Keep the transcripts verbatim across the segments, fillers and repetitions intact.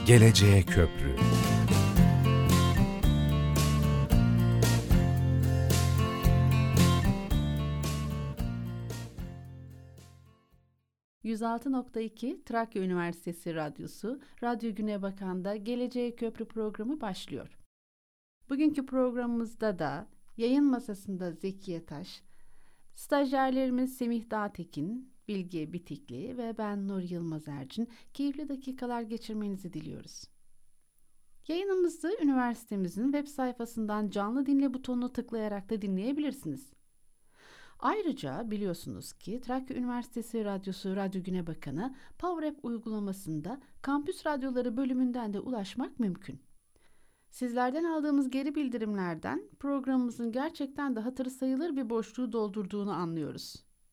Geleceğe Köprü. yüz altı nokta iki Trakya Üniversitesi Radyosu, Radyo Günebakan'da Geleceğe Köprü programı başlıyor. Bugünkü programımızda da yayın masasında Zekiye Taş, stajyerlerimiz Semih Dağtekin, Bilge Bitikli ve ben Nur Yılmaz Ercin keyifli dakikalar geçirmenizi diliyoruz. Yayınımızı üniversitemizin web sayfasından canlı dinle butonunu tıklayarak da dinleyebilirsiniz. Ayrıca biliyorsunuz ki Trakya Üniversitesi Radyosu Radyo Günebakan'a PowerApp uygulamasında Kampüs Radyoları bölümünden de ulaşmak mümkün. Sizlerden aldığımız geri bildirimlerden programımızın gerçekten de hatırı sayılır bir boşluğu doldurduğunu anlıyoruz.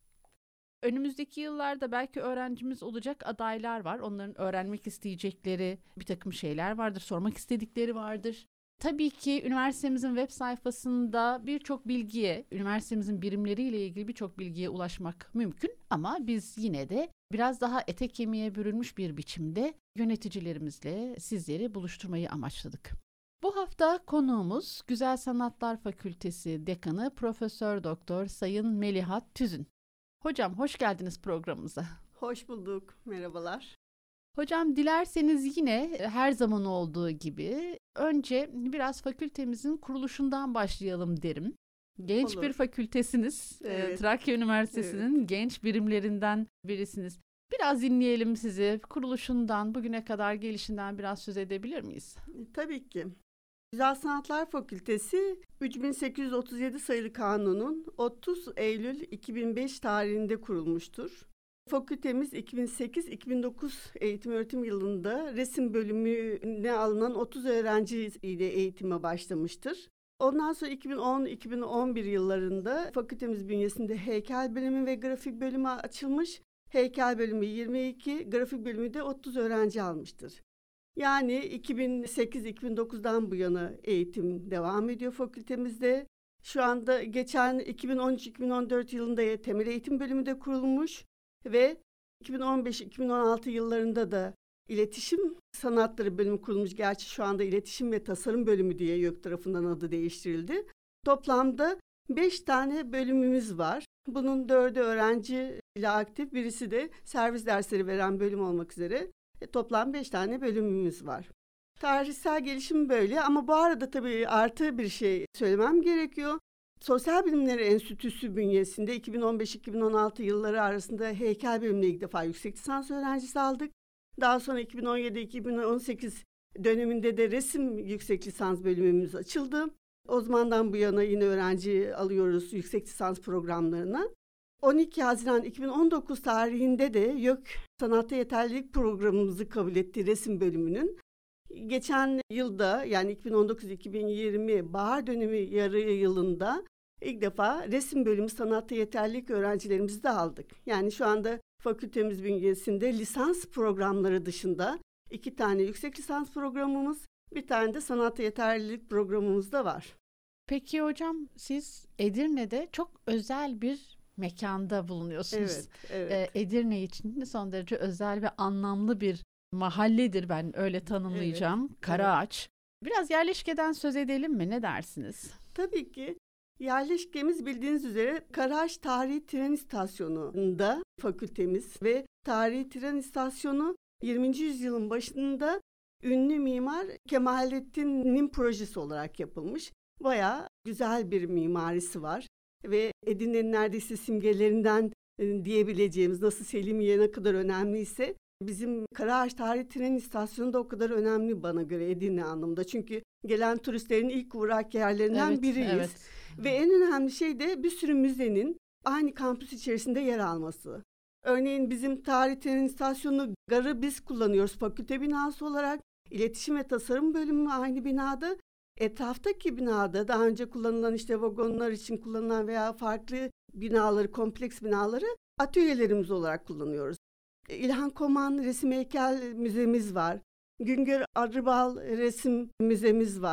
Önümüzdeki yıllarda belki öğrencimiz olacak adaylar var. Onların öğrenmek isteyecekleri bir takım şeyler vardır, sormak istedikleri vardır. Tabii ki üniversitemizin web sayfasında birçok bilgiye, üniversitemizin birimleriyle ilgili birçok bilgiye ulaşmak mümkün. Ama biz yine de biraz daha ete kemiğe bürünmüş bir biçimde yöneticilerimizle sizleri buluşturmayı amaçladık. Bu hafta konuğumuz Güzel Sanatlar Fakültesi Dekanı Profesör Doktor Sayın Melihat Tüzün. Hocam hoş geldiniz programımıza. Hoş bulduk, merhabalar. Hocam dilerseniz yine her zaman olduğu gibi önce biraz fakültemizin kuruluşundan başlayalım derim. Genç Olur. bir fakültesiniz. Evet. Trakya Üniversitesi'nin Evet. genç birimlerinden birisiniz. Biraz dinleyelim sizi. Kuruluşundan, bugüne kadar gelişinden biraz söz edebilir miyiz? Tabii ki. Güzel Sanatlar Fakültesi üç bin sekiz yüz otuz yedi sayılı kanunun otuz Eylül iki bin beş tarihinde kurulmuştur. Fakültemiz iki bin sekiz iki bin dokuz eğitim öğretim yılında resim bölümüne alınan otuz öğrenci ile eğitime başlamıştır. Ondan sonra iki bin on iki bin on bir yıllarında fakültemiz bünyesinde heykel bölümü ve grafik bölümü açılmış. Heykel bölümü yirmi iki, grafik bölümü de otuz öğrenci almıştır. Yani iki bin sekiz iki bin dokuzdan bu yana eğitim devam ediyor fakültemizde. Şu anda geçen iki bin on üç iki bin on dört yılında temel eğitim bölümü de kurulmuş ve iki bin on beş iki bin on altı yıllarında da iletişim sanatları bölümü kurulmuş. Gerçi şu anda iletişim ve tasarım bölümü diye YÖK tarafından adı değiştirildi. Toplamda beş tane bölümümüz var. Bunun dördü öğrenci ile aktif, birisi de servis dersleri veren bölüm olmak üzere. E, toplam beş tane bölümümüz var. Tarihsel gelişim böyle ama bu arada tabii artı bir şey söylemem gerekiyor. Sosyal Bilimleri Enstitüsü bünyesinde iki bin on beş iki bin on altı yılları arasında heykel bölümüne ilk defa yüksek lisans öğrencisi aldık. Daha sonra iki bin on yedi iki bin on sekiz döneminde de resim yüksek lisans bölümümüz açıldı. O zamandan bu yana yine öğrenci alıyoruz yüksek lisans programlarına. on iki Haziran iki bin on dokuz tarihinde de YÖK Sanatta Yeterlilik Programımızı kabul etti resim bölümünün. Geçen yılda yani iki bin on dokuz iki bin yirmi bahar dönemi yarı yılında ilk defa resim bölümü sanatta yeterlilik öğrencilerimizi de aldık. Yani şu anda fakültemiz bünyesinde lisans programları dışında iki tane yüksek lisans programımız, bir tane de sanatta yeterlilik programımız da var. Peki hocam siz Edirne'de çok özel bir mekanda bulunuyorsunuz. Evet, evet. Ee, Edirne için son derece özel ve anlamlı bir mahalledir, ben öyle tanımlayacağım. Evet, Karaağaç. Biraz yerleşkeden söz edelim mi? Ne dersiniz? Tabii ki. Yerleşkemiz bildiğiniz üzere Karaağaç Tarihi Tren İstasyonu'nda fakültemiz ve Tarihi Tren İstasyonu yirminci yüzyılın başında ünlü mimar Kemalettin'in projesi olarak yapılmış. Bayağı güzel bir mimarisi var ve Edirne'nin neredeyse simgelerinden e, diyebileceğimiz, nasıl Selimiye ne kadar önemliyse bizim Karaağaç Tarihi Tren İstasyonu da o kadar önemli bana göre Edirne anlamında. Çünkü gelen turistlerin ilk uğrak yerlerinden Evet, biriyiz. evet. Ve en önemli şey de bir sürü müzenin aynı kampüs içerisinde yer alması. Örneğin bizim Tarihi Tren İstasyonu garı biz kullanıyoruz fakülte binası olarak. İletişim ve Tasarım bölümü aynı binada. Etraftaki binada daha önce kullanılan işte vagonlar için kullanılan veya farklı binaları, kompleks binaları atölyelerimiz olarak kullanıyoruz. İlhan Koman Resim Heykel Müzemiz var. Güngör Arıbal Resim Müzemiz var.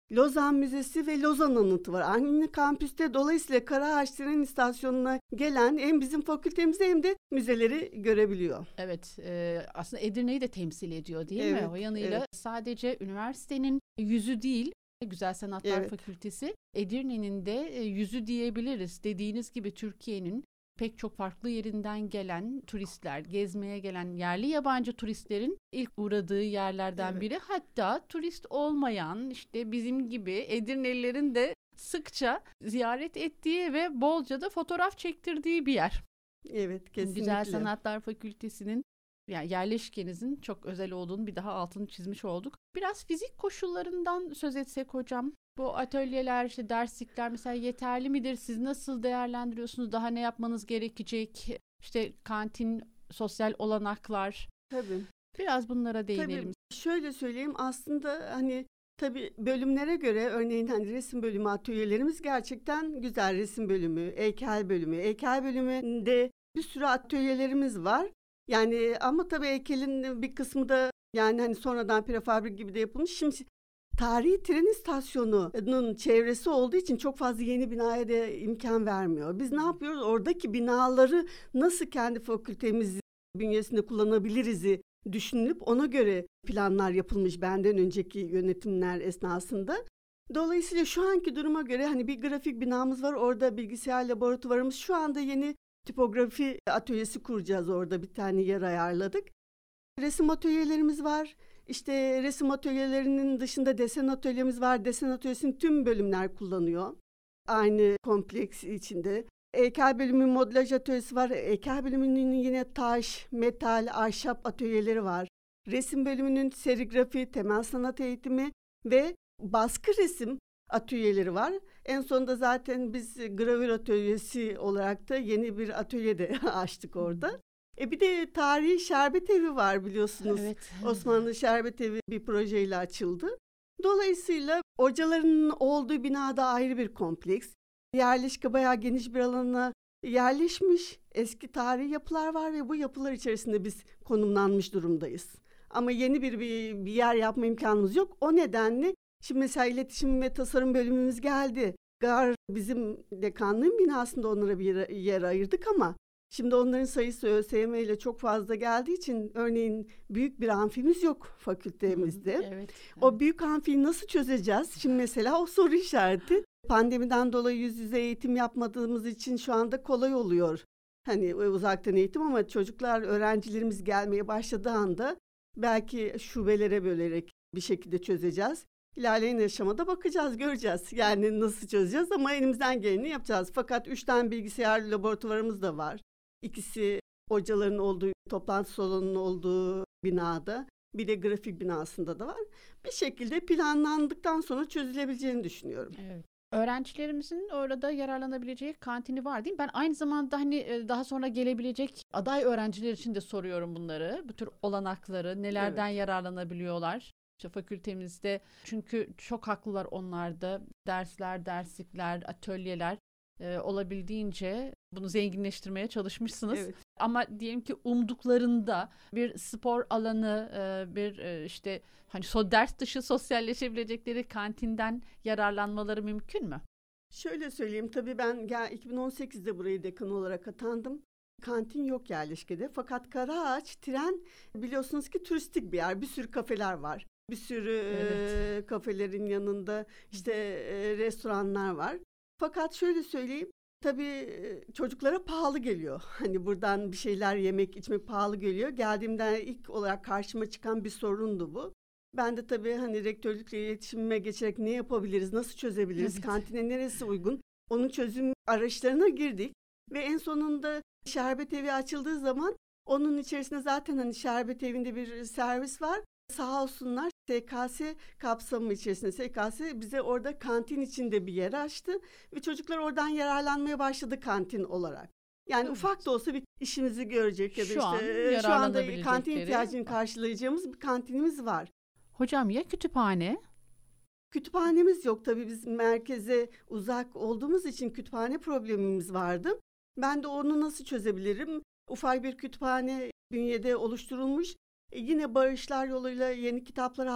Lozan Müzesi ve Lozan Anıtı var. Aynı kampüste, dolayısıyla Karaağaç tren istasyonuna gelen hem bizim fakültemizi hem de müzeleri görebiliyor. Evet, e, aslında Edirne'yi de temsil ediyor değil evet, mi? O yanıyla evet. sadece üniversitenin yüzü değil, Güzel Sanatlar Evet. Fakültesi, Edirne'nin de e, yüzü diyebiliriz. Dediğiniz gibi Türkiye'nin pek çok farklı yerinden gelen turistler, gezmeye gelen yerli yabancı turistlerin ilk uğradığı yerlerden Evet. biri. Hatta turist olmayan, işte bizim gibi Edirnelilerin de sıkça ziyaret ettiği ve bolca da fotoğraf çektirdiği bir yer. Evet, kesinlikle. Güzel Sanatlar Fakültesi'nin, yani yerleşkenizin çok özel olduğunu bir daha altını çizmiş olduk. Biraz fizik koşullarından söz etsek hocam. Bu atölyeler, işte derslikler mesela yeterli midir? Siz nasıl değerlendiriyorsunuz? Daha ne yapmanız gerekecek? İşte kantin, sosyal olanaklar. Tabii. Biraz bunlara değinelim. Tabii şöyle söyleyeyim, aslında hani tabii bölümlere göre, örneğin hani resim bölümü atölyelerimiz gerçekten güzel, resim bölümü, heykel bölümü. Heykel bölümünde bir sürü atölyelerimiz var. Yani ama tabii heykelin bir kısmı da yani hani sonradan prefabrik gibi de yapılmış. Şimdi tarihi tren istasyonunun çevresi olduğu için çok fazla yeni binaya da imkan vermiyor. Biz ne yapıyoruz? Oradaki binaları nasıl kendi fakültemiz bünyesinde kullanabiliriz'i düşünülüp ona göre planlar yapılmış benden önceki yönetimler esnasında. Dolayısıyla şu anki duruma göre hani bir grafik binamız var, orada bilgisayar laboratuvarımız, şu anda yeni tipografi atölyesi kuracağız, orada bir tane yer ayarladık. Resim atölyelerimiz var. İşte resim atölyelerinin dışında desen atölyemiz var. Desen atölyesini tüm bölümler kullanıyor. Aynı kompleks içinde. Heykel bölümü modülaj atölyesi var. Heykel bölümünün yine taş, metal, ahşap atölyeleri var. Resim bölümünün serigrafi, temel sanat eğitimi ve baskı resim atölyeleri var. En sonunda zaten biz gravür atölyesi olarak da yeni bir atölye de açtık orada. E bir de tarihi şerbet evi var biliyorsunuz. Evet. Osmanlı şerbet evi bir projeyle açıldı. Dolayısıyla hocaların olduğu binada ayrı bir kompleks. Yerleşke bayağı geniş bir alana yerleşmiş. Eski tarihi yapılar var ve bu yapılar içerisinde biz konumlanmış durumdayız. Ama yeni bir, bir, bir yer yapma imkanımız yok. O nedenle şimdi mesela iletişim ve tasarım bölümümüz geldi. Gar bizim dekanlığın binasında onlara bir yer, yer ayırdık ama şimdi onların sayısı ÖSYM ile çok fazla geldiği için örneğin büyük bir amfimiz yok fakültemizde. Evet, evet. O büyük amfiyi nasıl çözeceğiz? Şimdi mesela o soru işareti. Pandemiden dolayı yüz yüze eğitim yapmadığımız için şu anda kolay oluyor. Hani uzaktan eğitim, ama çocuklar, öğrencilerimiz gelmeye başladığı anda belki şubelere bölerek bir şekilde çözeceğiz. İlerleyen aşamada bakacağız, göreceğiz. Yani nasıl çözeceğiz, ama elimizden geleni yapacağız. Fakat üç tane bilgisayar laboratuvarımız da var. İkisi hocaların olduğu, toplantı salonunun olduğu binada. Bir de grafik binasında da var. Bir şekilde planlandıktan sonra çözülebileceğini düşünüyorum. Evet. Öğrencilerimizin orada yararlanabileceği kantini var değil mi? Ben aynı zamanda hani daha sonra gelebilecek aday öğrenciler için de soruyorum bunları. Bu tür olanakları, nelerden evet. yararlanabiliyorlar? İşte fakültemizde, çünkü çok haklılar onlar da, dersler, derslikler, atölyeler e, olabildiğince bunu zenginleştirmeye çalışmışsınız. Evet. Ama diyelim ki umduklarında bir spor alanı, e, bir e, işte hani so ders dışı sosyalleşebilecekleri kantinden yararlanmaları mümkün mü? Şöyle söyleyeyim, tabii ben gel iki bin on sekizde burayı dekan olarak atandım. Kantin yok yerleşkede. Fakat Karaağaç tren biliyorsunuz ki turistik bir yer. Bir sürü kafeler var. Bir sürü evet. e, kafelerin yanında işte e, restoranlar var. Fakat şöyle söyleyeyim, tabii çocuklara pahalı geliyor. Hani buradan bir şeyler yemek, içmek pahalı geliyor. Geldiğimden ilk olarak karşıma çıkan bir sorundu bu. Ben de tabii hani rektörlükle iletişime geçerek ne yapabiliriz, nasıl çözebiliriz, evet. kantine neresi uygun, onun çözüm araçlarına girdik. Ve en sonunda şerbet evi açıldığı zaman onun içerisinde zaten hani şerbet evinde bir servis var. Sağ olsunlar, S K S kapsamı içerisinde S K S bize orada kantin içinde bir yer açtı ve çocuklar oradan yararlanmaya başladı kantin olarak. Yani evet. ufak da olsa bir işimizi görecek ya da şu işte şu anda kantin ihtiyacını karşılayacağımız bir kantinimiz var. Hocam ya kütüphane? Kütüphanemiz yok tabii, biz merkeze uzak olduğumuz için kütüphane problemimiz vardı. Ben de onu nasıl çözebilirim? Ufak bir kütüphane bünyede oluşturulmuş. E yine bağışlar yoluyla yeni kitaplar aldık.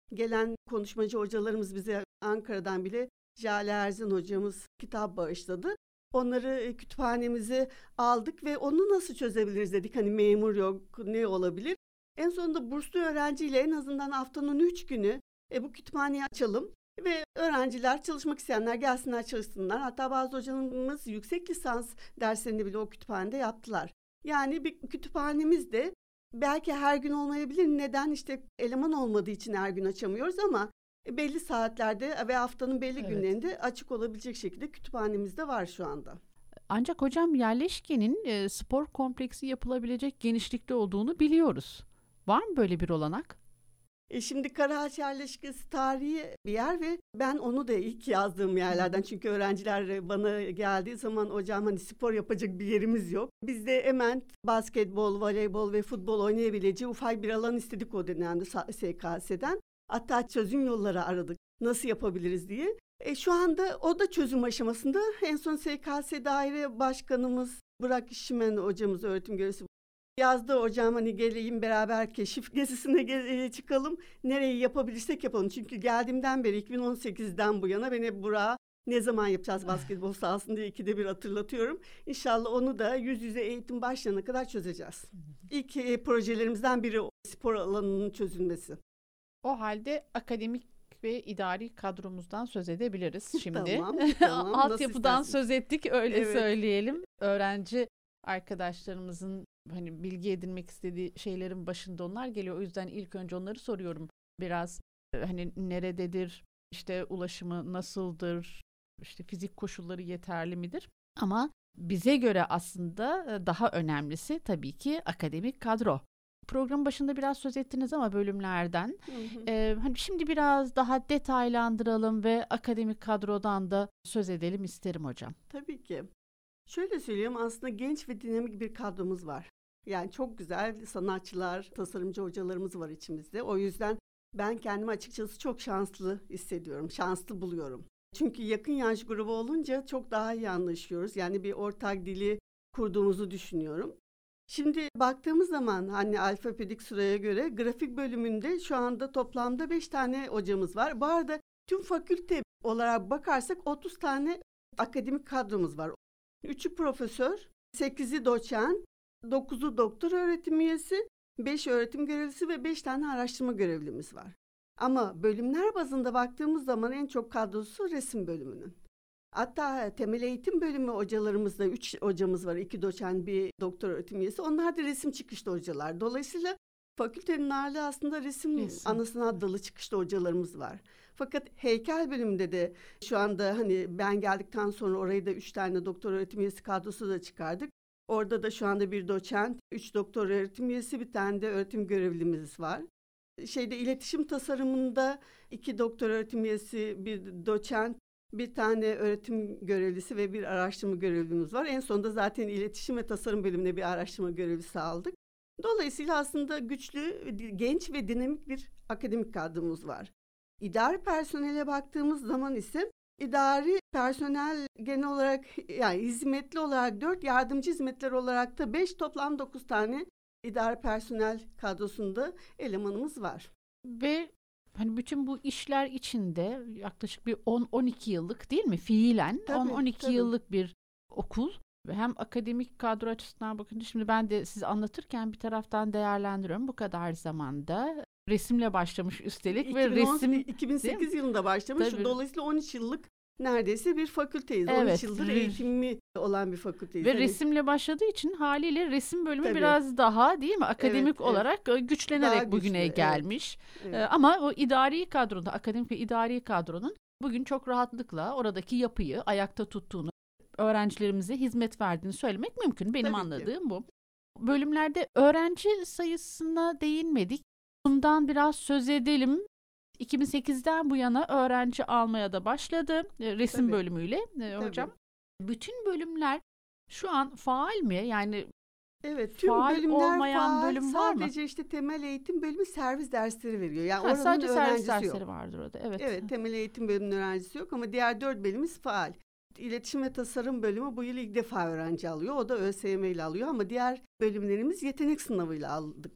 Gelen konuşmacı hocalarımız bize Ankara'dan bile Jale Erzin hocamız kitap bağışladı. Onları kütüphanemize aldık ve onu nasıl çözebiliriz dedik. Hani memur yok, ne olabilir? En sonunda burslu öğrenciyle en azından haftanın üç günü e, bu kütüphaneyi açalım. Ve öğrenciler, çalışmak isteyenler gelsinler çalışsınlar. Hatta bazı hocalarımız yüksek lisans derslerini bile o kütüphanede yaptılar. Yani bir kütüphanemiz de belki her gün olmayabilir. Neden? İşte eleman olmadığı için her gün açamıyoruz ama belli saatlerde ve haftanın belli evet. günlerinde açık olabilecek şekilde kütüphanemizde var şu anda. Ancak hocam yerleşkenin e, spor kompleksi yapılabilecek genişlikte olduğunu biliyoruz. Var mı böyle bir olanak? E şimdi Karaağaç yerleşkesi tarihi bir yer ve ben onu da ilk yazdığım yerlerden. Çünkü öğrenciler bana geldiği zaman hocam hani spor yapacak bir yerimiz yok. Biz de hemen basketbol, voleybol ve futbol oynayabileceği ufak bir alan istedik o dönemde S K S'den. Hatta çözüm yolları aradık. Nasıl yapabiliriz diye. E şu anda o da çözüm aşamasında. En son S K S Daire Başkanımız Burak İşimen hocamız, öğretim görevlisi yazdı, hocam hani geleyim beraber keşif gezisine ge- çıkalım. Nereyi yapabilirsek yapalım. Çünkü geldiğimden beri iki bin on sekizden bu yana ben hep Burak'a ne zaman yapacağız basketbol sahasını diye ikide bir hatırlatıyorum. İnşallah onu da yüz yüze eğitim başlayana kadar çözeceğiz. İlk e, projelerimizden biri o, spor alanının çözülmesi. O halde akademik ve idari kadromuzdan söz edebiliriz şimdi. Tamam, tamam. Altyapıdan söz ettik, öyle evet. söyleyelim. Öğrenci arkadaşlarımızın hani bilgi edinmek istediği şeylerin başında onlar geliyor. O yüzden ilk önce onları soruyorum. Biraz hani nerededir, işte ulaşımı nasıldır, işte fizik koşulları yeterli midir? Ama bize göre aslında daha önemlisi tabii ki akademik kadro. Programın başında biraz söz ettiniz ama bölümlerden. Hı hı. Ee, hani şimdi biraz daha detaylandıralım ve akademik kadrodan da söz edelim isterim hocam. Tabii ki. Şöyle söyleyeyim, aslında genç ve dinamik bir kadromuz var. Yani çok güzel sanatçılar, tasarımcı hocalarımız var içimizde. O yüzden ben kendimi açıkçası çok şanslı hissediyorum, şanslı buluyorum. Çünkü yakın yaş grubu olunca çok daha iyi anlaşıyoruz. Yani bir ortak dili kurduğumuzu düşünüyorum. Şimdi baktığımız zaman hani alfabetik sıraya göre grafik bölümünde şu anda toplamda beş tane hocamız var. Bu arada tüm fakülte olarak bakarsak otuz tane akademik kadromuz var. üçü profesör, sekizi doçent, dokuzu doktor öğretim üyesi, beş öğretim görevlisi ve beş tane araştırma görevlimiz var. Ama bölümler bazında baktığımız zaman en çok kadrosu resim bölümünün. Hatta temel eğitim bölümü hocalarımızda üç hocamız var. iki doçent, bir doktor öğretim üyesi. Onlar da resim çıkışlı hocalar. Dolayısıyla fakültenin ağırlığı aslında resim, resim. ana sanat dalı çıkışlı hocalarımız var. Fakat heykel bölümünde de şu anda hani ben geldikten sonra orayı da üç tane doktor öğretim üyesi kadrosu da çıkardık. Orada da şu anda bir doçent, üç doktor öğretim üyesi, bir tane de öğretim görevlimiz var. Şeyde iletişim tasarımında iki doktor öğretim üyesi, bir doçent, bir tane öğretim görevlisi ve bir araştırma görevlimiz var. En sonunda zaten iletişim ve tasarım bölümüne bir araştırma görevlisi aldık. Dolayısıyla aslında güçlü, genç ve dinamik bir akademik kadromuz var. İdari personele baktığımız zaman ise idari personel genel olarak yani hizmetli olarak dört, yardımcı hizmetler olarak da beş, toplam dokuz tane idari personel kadrosunda elemanımız var. Ve hani bütün bu işler içinde yaklaşık bir on on iki yıllık değil mi? Fiilen on on iki yıllık bir okul ve hem akademik kadro açısından bakınca şimdi ben de siz anlatırken bir taraftan değerlendiriyorum. Bu kadar zamanda resimle başlamış üstelik ve resim iki bin sekiz yılında başlamış. Tabii. Dolayısıyla on üç yıllık neredeyse bir fakülteyiz. Evet, on üç yıldır eğitimi olan bir fakülteyiz. Ve hani resimle başladığı için haliyle resim bölümü Tabii. biraz daha değil mi akademik evet, olarak evet. güçlenerek daha bugüne güçlü, gelmiş. Evet. Ee, ama o idari kadroda, akademik ve idari kadronun bugün çok rahatlıkla oradaki yapıyı ayakta tuttuğunu, öğrencilerimize hizmet verdiğini söylemek mümkün. Benim Tabii anladığım ki. bu. Bölümlerde öğrenci sayısına değinmedik. Bundan biraz söz edelim. iki bin sekizden bu yana öğrenci almaya da başladı resim Tabii. bölümüyle e, hocam. Bütün bölümler şu an faal mi? Yani evet, tüm faal bölümler olmayan faal, bölüm var mı? Sadece işte temel eğitim bölümü servis dersleri veriyor. Yani ha, oranın sadece öğrencisi servis yok. dersleri vardır orada. Evet. Evet, temel eğitim bölümünün öğrencisi yok ama diğer dört bölümümüz faal. İletişim ve tasarım bölümü bu yıl ilk defa öğrenci alıyor. O da ÖSYM ile alıyor ama diğer bölümlerimiz yetenek sınavıyla aldık.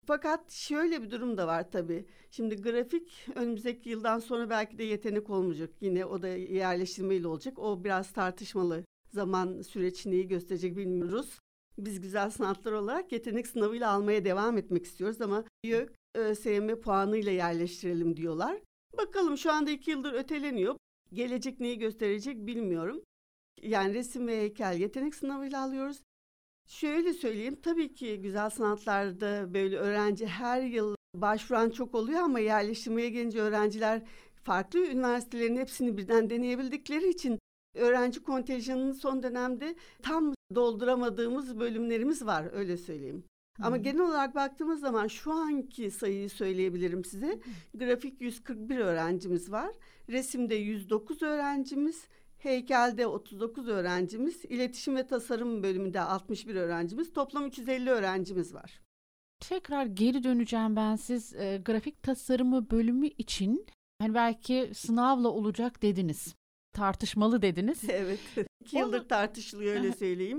Fakat şöyle bir durum da var tabii. Şimdi grafik önümüzdeki yıldan sonra belki de yetenek olmayacak. Yine o da yerleştirmeyle olacak. O biraz tartışmalı. Zaman süreç neyi gösterecek bilmiyoruz. Biz güzel sanatlar olarak yetenek sınavıyla almaya devam etmek istiyoruz ama YÖK ÖSYM puanıyla yerleştirelim diyorlar. Bakalım, şu anda iki yıldır öteleniyor. Gelecek neyi gösterecek bilmiyorum. Yani resim ve heykel yetenek sınavıyla alıyoruz. Şöyle söyleyeyim, tabii ki güzel sanatlarda böyle öğrenci her yıl başvuran çok oluyor ama yerleştirmeye gelince öğrenciler farklı üniversitelerin hepsini birden deneyebildikleri için öğrenci kontenjanını son dönemde tam dolduramadığımız bölümlerimiz var, öyle söyleyeyim. Hmm. Ama genel olarak baktığımız zaman şu anki sayıyı söyleyebilirim size. Hmm. Grafik yüz kırk bir öğrencimiz var. Resimde yüz dokuz öğrencimiz. Heykelde otuz dokuz öğrencimiz, iletişim ve tasarım bölümünde altmış bir öğrencimiz, toplam üç yüz elli öğrencimiz var. Tekrar geri döneceğim ben, siz e, grafik tasarımı bölümü için hani belki sınavla olacak dediniz, tartışmalı dediniz. Evet, iki yıldır Onu... tartışılıyor, öyle söyleyeyim.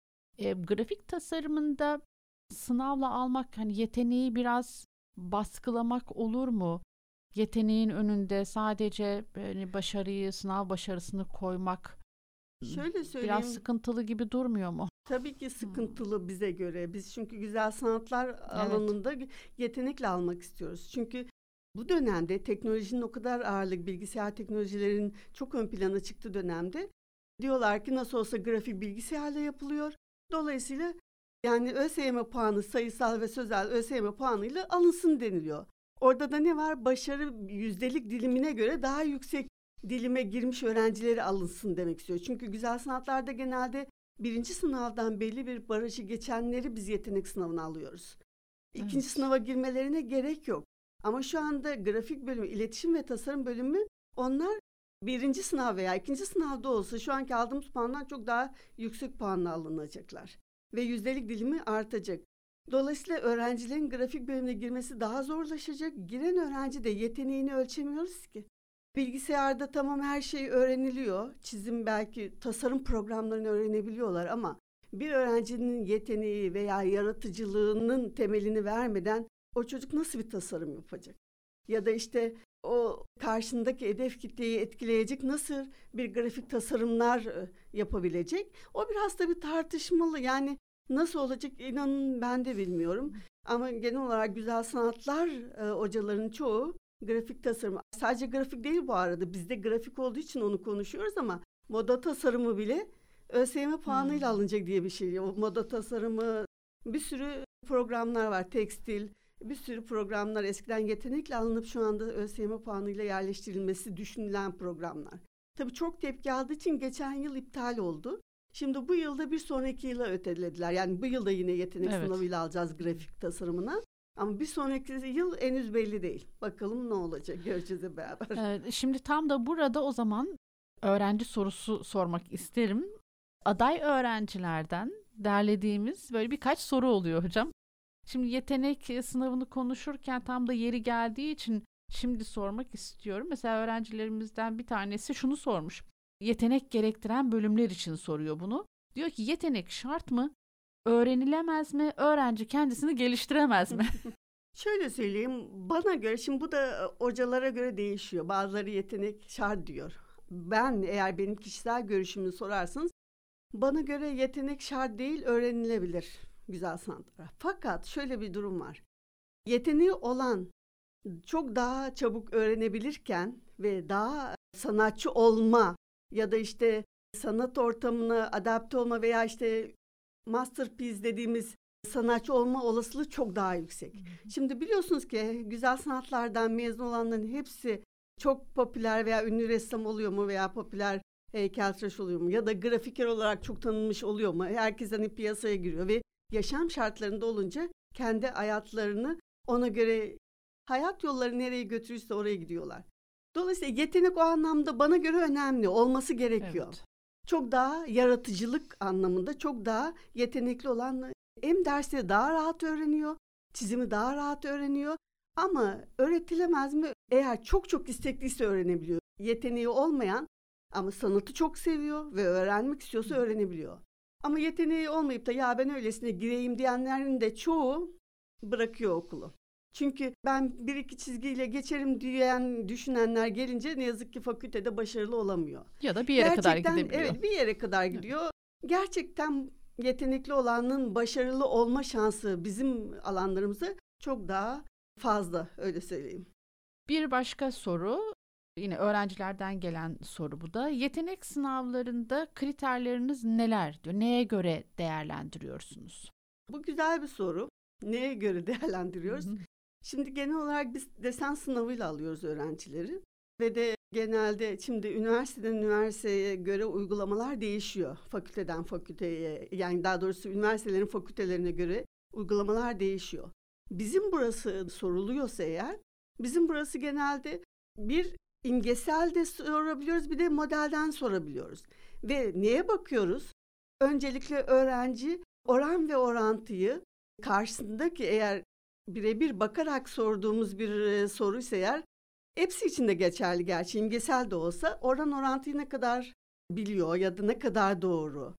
E, grafik tasarımında sınavla almak hani yeteneği biraz baskılamak olur mu? Yeteneğin önünde sadece yani başarıyı, sınav başarısını koymak Şöyle söyleyeyim, biraz sıkıntılı gibi durmuyor mu? Tabii ki sıkıntılı hmm. bize göre. Biz çünkü güzel sanatlar evet. alanında yetenekle almak istiyoruz. Çünkü bu dönemde teknolojinin o kadar ağırlık, bilgisayar teknolojilerin çok ön plana çıktığı dönemde diyorlar ki nasıl olsa grafik bilgisayarla yapılıyor. Dolayısıyla yani ÖSYM puanı, sayısal ve sözel ÖSYM puanıyla alınsın deniliyor. Orada da ne var? Başarı yüzdelik dilimine göre daha yüksek dilime girmiş öğrencileri alınsın demek istiyor. Çünkü güzel sanatlarda genelde birinci sınavdan belli bir barajı geçenleri biz yetenek sınavına alıyoruz. İkinci evet. sınava girmelerine gerek yok. Ama şu anda grafik bölümü, iletişim ve tasarım bölümü, onlar birinci sınav veya ikinci sınavda olsa şu anki aldığımız puandan çok daha yüksek puanla alınacaklar. Ve yüzdelik dilimi artacak. Dolayısıyla öğrencilerin grafik bölümüne girmesi daha zorlaşacak. Giren öğrenci de yeteneğini ölçemiyoruz ki. Bilgisayarda tamam her şey öğreniliyor. Çizim, belki tasarım programlarını öğrenebiliyorlar ama bir öğrencinin yeteneği veya yaratıcılığının temelini vermeden o çocuk nasıl bir tasarım yapacak? Ya da işte o karşındaki hedef kitleyi etkileyecek nasıl bir grafik tasarımlar yapabilecek? O biraz da bir tartışmalı. Yani nasıl olacak inanın ben de bilmiyorum. Ama genel olarak güzel sanatlar e, hocaların çoğu grafik tasarımı. Sadece grafik değil bu arada. Bizde grafik olduğu için onu konuşuyoruz ama moda tasarımı bile ÖSYM puanıyla hmm. alınacak diye bir şey. O moda tasarımı, bir sürü programlar var. Tekstil, bir sürü programlar eskiden yetenekle alınıp şu anda ÖSYM puanıyla yerleştirilmesi düşünülen programlar. Tabii çok tepki aldığı için geçen yıl iptal oldu. Şimdi bu yılda bir sonraki yıla ötelediler. Yani bu yılda yine yetenek evet. sınavıyla alacağız grafik tasarımına. Ama bir sonraki yıl henüz belli değil. Bakalım ne olacak, göreceğiz hep beraber. Evet, şimdi tam da burada o zaman öğrenci sorusu sormak isterim. Aday öğrencilerden derlediğimiz böyle birkaç soru oluyor hocam. Şimdi yetenek sınavını konuşurken tam da yeri geldiği için şimdi sormak istiyorum. Mesela öğrencilerimizden bir tanesi şunu sormuş. Yetenek gerektiren bölümler için soruyor bunu. Diyor ki yetenek şart mı? Öğrenilemez mi? Öğrenci kendisini geliştiremez mi? Şöyle söyleyeyim, bana göre, şimdi bu da hocalara göre değişiyor. Bazıları yetenek şart diyor. Ben, eğer benim kişisel görüşümü sorarsanız, bana göre yetenek şart değil, öğrenilebilir güzel sanatlara. Fakat şöyle bir durum var. Yeteneği olan çok daha çabuk öğrenebilirken ve daha sanatçı olma ya da işte sanat ortamına adapte olma veya işte masterpiece dediğimiz sanatçı olma olasılığı çok daha yüksek. Hı hı. Şimdi biliyorsunuz ki güzel sanatlardan mezun olanların hepsi çok popüler veya ünlü ressam oluyor mu veya popüler heykeltıraş oluyor mu ya da grafiker olarak çok tanınmış oluyor mu? Herkes hani piyasaya giriyor ve yaşam şartlarında olunca kendi hayatlarını ona göre, hayat yolları nereye götürürse oraya gidiyorlar. Dolayısıyla yetenek o anlamda bana göre önemli, olması gerekiyor. Evet. Çok daha yaratıcılık anlamında çok daha yetenekli olan hem dersleri daha rahat öğreniyor, çizimi daha rahat öğreniyor ama öğretilemez mi? Eğer çok çok istekliyse öğrenebiliyor. Yeteneği olmayan ama sanatı çok seviyor ve öğrenmek istiyorsa öğrenebiliyor. Ama yeteneği olmayıp da ya ben öylesine gireyim diyenlerin de çoğu bırakıyor okulu. Çünkü ben bir iki çizgiyle geçerim diyen düşünenler gelince ne yazık ki fakültede başarılı olamıyor. Ya da bir yere Gerçekten, kadar gidebiliyor. Evet, bir yere kadar gidiyor. Gerçekten yetenekli olanın başarılı olma şansı bizim alanlarımızda çok daha fazla, öyle söyleyeyim. Bir başka soru, yine öğrencilerden gelen soru bu da. Yetenek sınavlarında kriterleriniz neler diyor? Neye göre değerlendiriyorsunuz? Bu güzel bir soru. Neye göre değerlendiriyoruz? Hı hı. Şimdi genel olarak biz desen sınavıyla alıyoruz öğrencileri. Ve de genelde şimdi üniversiteden üniversiteye göre uygulamalar değişiyor. Fakülteden fakülteye, yani daha doğrusu üniversitelerin fakültelerine göre uygulamalar değişiyor. Bizim burası soruluyorsa eğer, bizim burası genelde bir imgesel de sorabiliyoruz, bir de modelden sorabiliyoruz. Ve neye bakıyoruz? Öncelikle öğrenci oran ve orantıyı karşısındaki, eğer birebir bakarak sorduğumuz bir soruysa eğer, hepsi için de geçerli gerçi, imgesel de olsa oran orantıyı ne kadar biliyor ya da ne kadar doğru.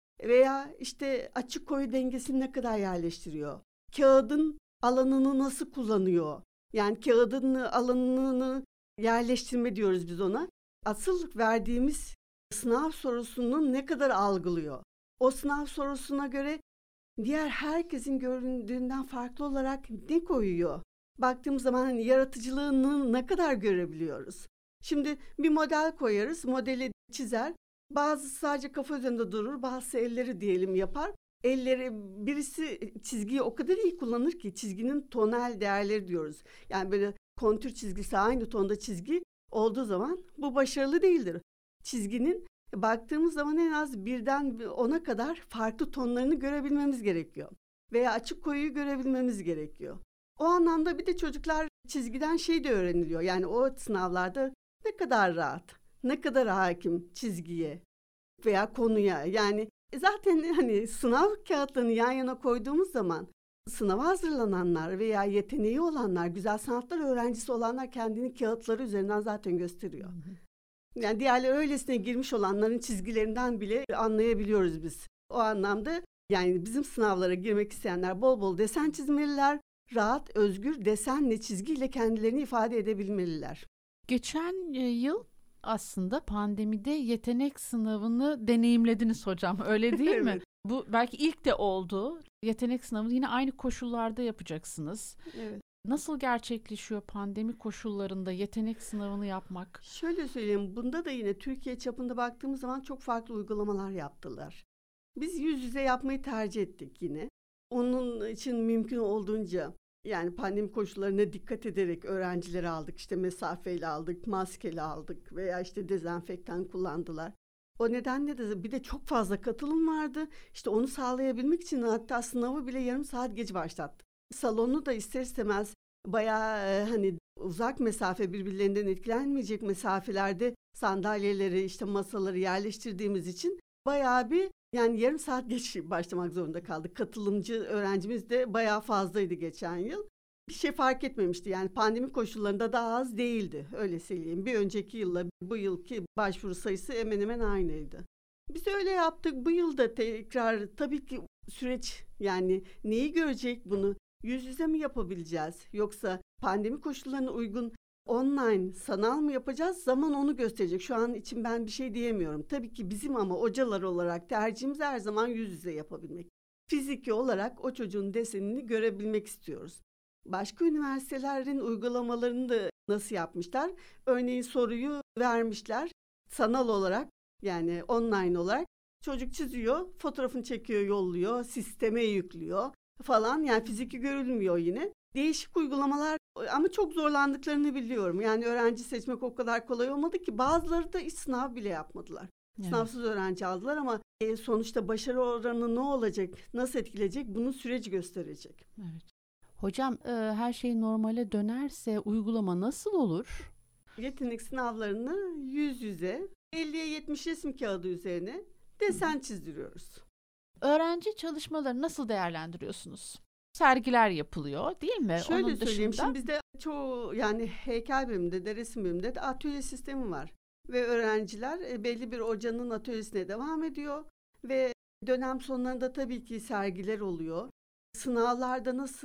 Veya işte açık koyu dengesini ne kadar yerleştiriyor. Kağıdın alanını nasıl kullanıyor? Yani kağıdın alanını yerleştirme diyoruz biz ona. Asıl verdiğimiz sınav sorusunu ne kadar algılıyor? O sınav sorusuna göre diğer herkesin göründüğünden farklı olarak ne koyuyor? Baktığımız zaman hani yaratıcılığını ne kadar görebiliyoruz? Şimdi bir model koyarız, modeli çizer. Bazısı sadece kafa üzerinde durur, bazısı elleri diyelim yapar. Elleri, birisi çizgiyi o kadar iyi kullanır ki, çizginin tonal değerleri diyoruz. Yani böyle kontür çizgisi aynı tonda çizgi olduğu zaman bu başarılı değildir. Çizginin baktığımız zaman en az birden ona kadar farklı tonlarını görebilmemiz gerekiyor. Veya açık koyuyu görebilmemiz gerekiyor. O anlamda bir de çocuklar çizgiden şey de öğreniliyor. Yani o sınavlarda ne kadar rahat, ne kadar hakim çizgiye veya konuya. Yani zaten hani sınav kağıtlarını yan yana koyduğumuz zaman sınava hazırlananlar veya yeteneği olanlar, güzel sanatlar öğrencisi olanlar kendini kağıtları üzerinden zaten gösteriyor. Hı hı. Yani diğerleri öylesine girmiş olanların çizgilerinden bile anlayabiliyoruz biz. O anlamda yani bizim sınavlara girmek isteyenler bol bol desen çizmeliler, rahat, özgür desenle, çizgiyle kendilerini ifade edebilmeliler. Geçen yıl aslında pandemide yetenek sınavını deneyimlediniz hocam, öyle değil mi? Evet. Bu belki ilk de oldu. Yetenek sınavını yine aynı koşullarda yapacaksınız. Evet. Nasıl gerçekleşiyor pandemi koşullarında yetenek sınavını yapmak? Şöyle söyleyeyim, bunda da yine Türkiye çapında baktığımız zaman çok farklı uygulamalar yaptılar. Biz yüz yüze yapmayı tercih ettik yine. Onun için mümkün olduğunca yani pandemi koşullarına dikkat ederek öğrencileri aldık. İşte mesafeyle aldık, maskeyle aldık veya işte dezenfektan kullandılar. O nedenle de bir de çok fazla katılım vardı. İşte onu sağlayabilmek için hatta sınavı bile yarım saat geç başlattık. Salonu da ister istemez bayağı hani uzak mesafe, birbirlerinden etkilenmeyecek mesafelerde sandalyeleri, işte masaları yerleştirdiğimiz için bayağı bir yani yarım saat geç başlamak zorunda kaldık. Katılımcı öğrencimiz de bayağı fazlaydı geçen yıl. Bir şey fark etmemişti. Yani pandemi koşullarında daha az değildi. Öyle söyleyeyim. Bir önceki yılla bu yılki başvuru sayısı hemen hemen aynıydı. Biz öyle yaptık. Bu yıl da tekrar tabii ki süreç, yani neyi görecek bunu? Yüz yüze mi yapabileceğiz? Yoksa pandemi koşullarına uygun online, sanal mı yapacağız? Zaman onu gösterecek. Şu an için ben bir şey diyemiyorum. Tabii ki bizim ama hocalar olarak tercihimiz her zaman yüz yüze yapabilmek. Fiziki olarak o çocuğun desenini görebilmek istiyoruz. Başka üniversitelerin uygulamalarını da nasıl yapmışlar? Örneğin soruyu vermişler sanal olarak, yani online olarak. Çocuk çiziyor, fotoğrafını çekiyor, yolluyor, sisteme yüklüyor falan. Yani fiziki görülmüyor yine. Değişik uygulamalar ama çok zorlandıklarını biliyorum. Yani öğrenci seçmek o kadar kolay olmadı ki bazıları da hiç sınav bile yapmadılar. Evet. Sınavsız öğrenci aldılar ama e, sonuçta başarı oranı ne olacak, nasıl etkileyecek bunu süreci gösterecek. Evet. Hocam e, her şey normale dönerse uygulama nasıl olur? Yetenek sınavlarını yüz yüze elliye yetmiş resim kağıdı üzerine desen çizdiriyoruz. Öğrenci çalışmaları nasıl değerlendiriyorsunuz? Sergiler yapılıyor değil mi? Şöyle Onun söyleyeyim, dışında... şimdi bizde çoğu yani heykel bölümünde de resim bölümünde de atölye sistemi var. Ve öğrenciler belli bir hocanın atölyesine devam ediyor. Ve dönem sonlarında tabii ki sergiler oluyor. Sınavlarda nasıl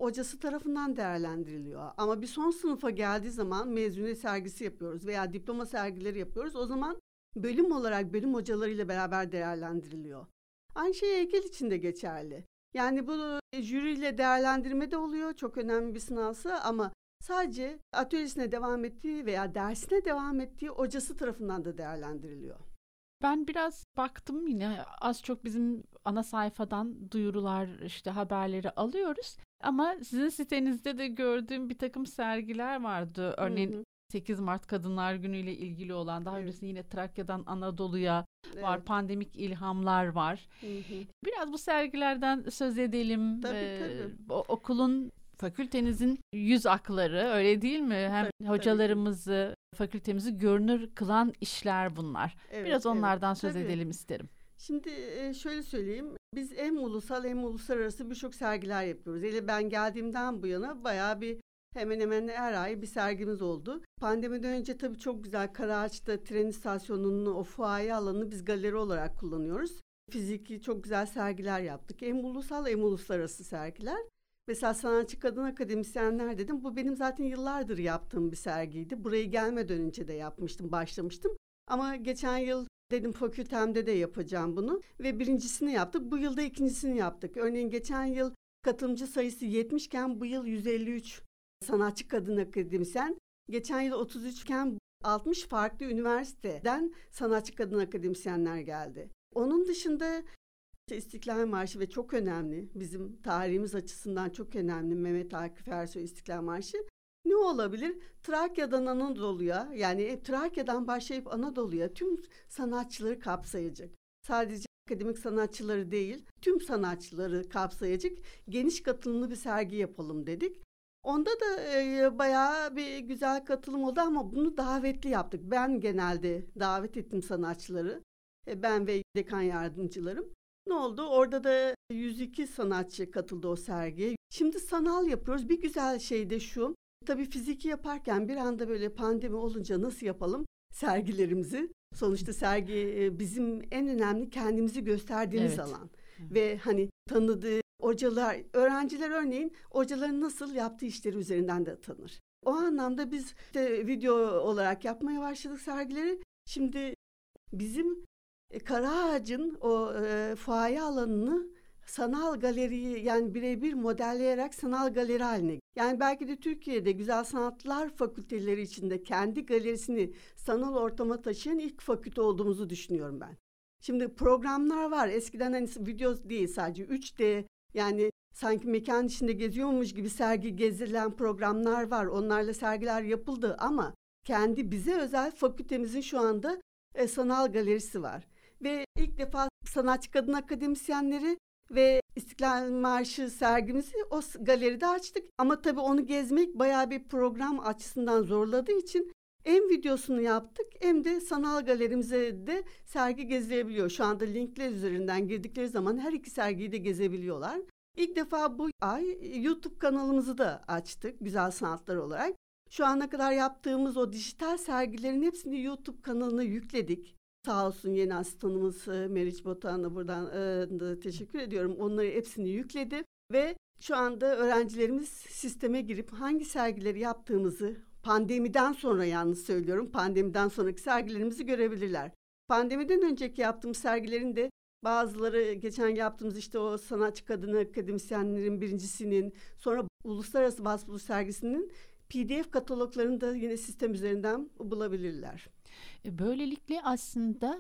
hocası tarafından değerlendiriliyor. Ama bir son sınıfa geldiği zaman mezuniyet sergisi yapıyoruz veya diploma sergileri yapıyoruz. O zaman bölüm olarak bölüm hocalarıyla beraber değerlendiriliyor. Aynı şey heykel için de geçerli. Yani bu jüriyle değerlendirme de oluyor. Çok önemli bir sınavsa ama sadece atölyesine devam ettiği veya dersine devam ettiği hocası tarafından da değerlendiriliyor. Ben biraz baktım, yine az çok bizim ana sayfadan duyurular, işte haberleri alıyoruz. Ama sizin sitenizde de gördüğüm bir takım sergiler vardı. Örneğin hı hı. sekiz Mart Kadınlar Günü ile ilgili olan, daha evet. öncesinde yine Trakya'dan Anadolu'ya evet. var, pandemik ilhamlar var. Hı hı. Biraz bu sergilerden söz edelim. Tabii, ee, tabii. O, okulun, fakültenizin yüz akları, öyle değil mi? Hem tabii, hocalarımızı, tabii. fakültemizi görünür kılan işler bunlar. Evet, Biraz onlardan evet, söz tabii. edelim isterim. Şimdi şöyle söyleyeyim, biz hem ulusal hem uluslararası birçok sergiler yapıyoruz. Hele ben geldiğimden bu yana bayağı bir hemen hemen her ay bir sergimiz oldu. Pandemiden önce tabii çok güzel Karaağaç'ta tren istasyonunun o fuaye alanını biz galeri olarak kullanıyoruz. Fiziki çok güzel sergiler yaptık. Hem ulusal hem uluslararası sergiler. Mesela Sanatçı Kadın Akademisyenler dedim. Bu benim zaten yıllardır yaptığım bir sergiydi. Buraya gelmeden önce de yapmıştım, başlamıştım. Ama geçen yıl dedim fakültemde de yapacağım bunu ve birincisini yaptık. Bu yıl da ikincisini yaptık. Örneğin geçen yıl katılımcı sayısı yetmiş iken bu yıl yüz elli üç sanatçı kadın akademisyen. Geçen yıl otuz üç iken altmış farklı üniversiteden sanatçı kadın akademisyenler geldi. Onun dışında İstiklal Marşı ve çok önemli, bizim tarihimiz açısından çok önemli Mehmet Akif Ersoy İstiklal Marşı. Ne olabilir? Trakya'dan Anadolu'ya, yani Trakya'dan başlayıp Anadolu'ya tüm sanatçıları kapsayacak. Sadece akademik sanatçıları değil, tüm sanatçıları kapsayacak geniş katılımlı bir sergi yapalım dedik. Onda da e, bayağı bir güzel katılım oldu ama bunu davetli yaptık. Ben genelde davet ettim sanatçıları. E, ben ve dekan yardımcılarım. Ne oldu? Orada da yüz iki sanatçı katıldı o sergiye. Şimdi sanal yapıyoruz. Bir güzel şey de şu. Tabii fiziki yaparken bir anda böyle pandemi olunca nasıl yapalım sergilerimizi? Sonuçta sergi bizim en önemli kendimizi gösterdiğimiz evet. alan. Evet. Ve hani tanıdığı hocalar, öğrenciler örneğin hocaların nasıl yaptığı işleri üzerinden de tanır. O anlamda biz de video olarak yapmaya başladık sergileri. Şimdi bizim Karaağaç'ın o e, fuaye alanını sanal galeriyi, yani birebir modelleyerek sanal galeri haline. Yani belki de Türkiye'de Güzel Sanatlar Fakülteleri içinde kendi galerisini sanal ortama taşıyan ilk fakülte olduğumuzu düşünüyorum ben. Şimdi programlar var. Eskiden hani video değil, sadece üç D, yani sanki mekan içinde geziyormuş gibi sergi gezilen programlar var. Onlarla sergiler yapıldı ama kendi bize özel fakültemizin şu anda e, sanal galerisi var. Ve ilk defa sanatçı kadın akademisyenleri ve İstiklal Marşı sergimizi o galeride açtık. Ama tabii onu gezmek bayağı bir program açısından zorladığı için hem videosunu yaptık hem de sanal galerimize de sergi gezilebiliyor. Şu anda linkler üzerinden girdikleri zaman her iki sergiyi de gezebiliyorlar. İlk defa bu ay YouTube kanalımızı da açtık Güzel Sanatlar olarak. Şu ana kadar yaptığımız o dijital sergilerin hepsini YouTube kanalına yükledik. Sağ olsun yeni asistanımız Meriç Botan'a buradan e, teşekkür ediyorum. Onları hepsini yükledi ve şu anda öğrencilerimiz sisteme girip hangi sergileri yaptığımızı, pandemiden sonra yalnız söylüyorum, pandemiden sonraki sergilerimizi görebilirler. Pandemiden önceki yaptığımız sergilerin de bazıları, geçen yaptığımız işte o sanatçı kadın akademisyenlerin birincisinin, sonra uluslararası basbulu sergisinin P D F kataloglarını da yine sistem üzerinden bulabilirler. Böylelikle aslında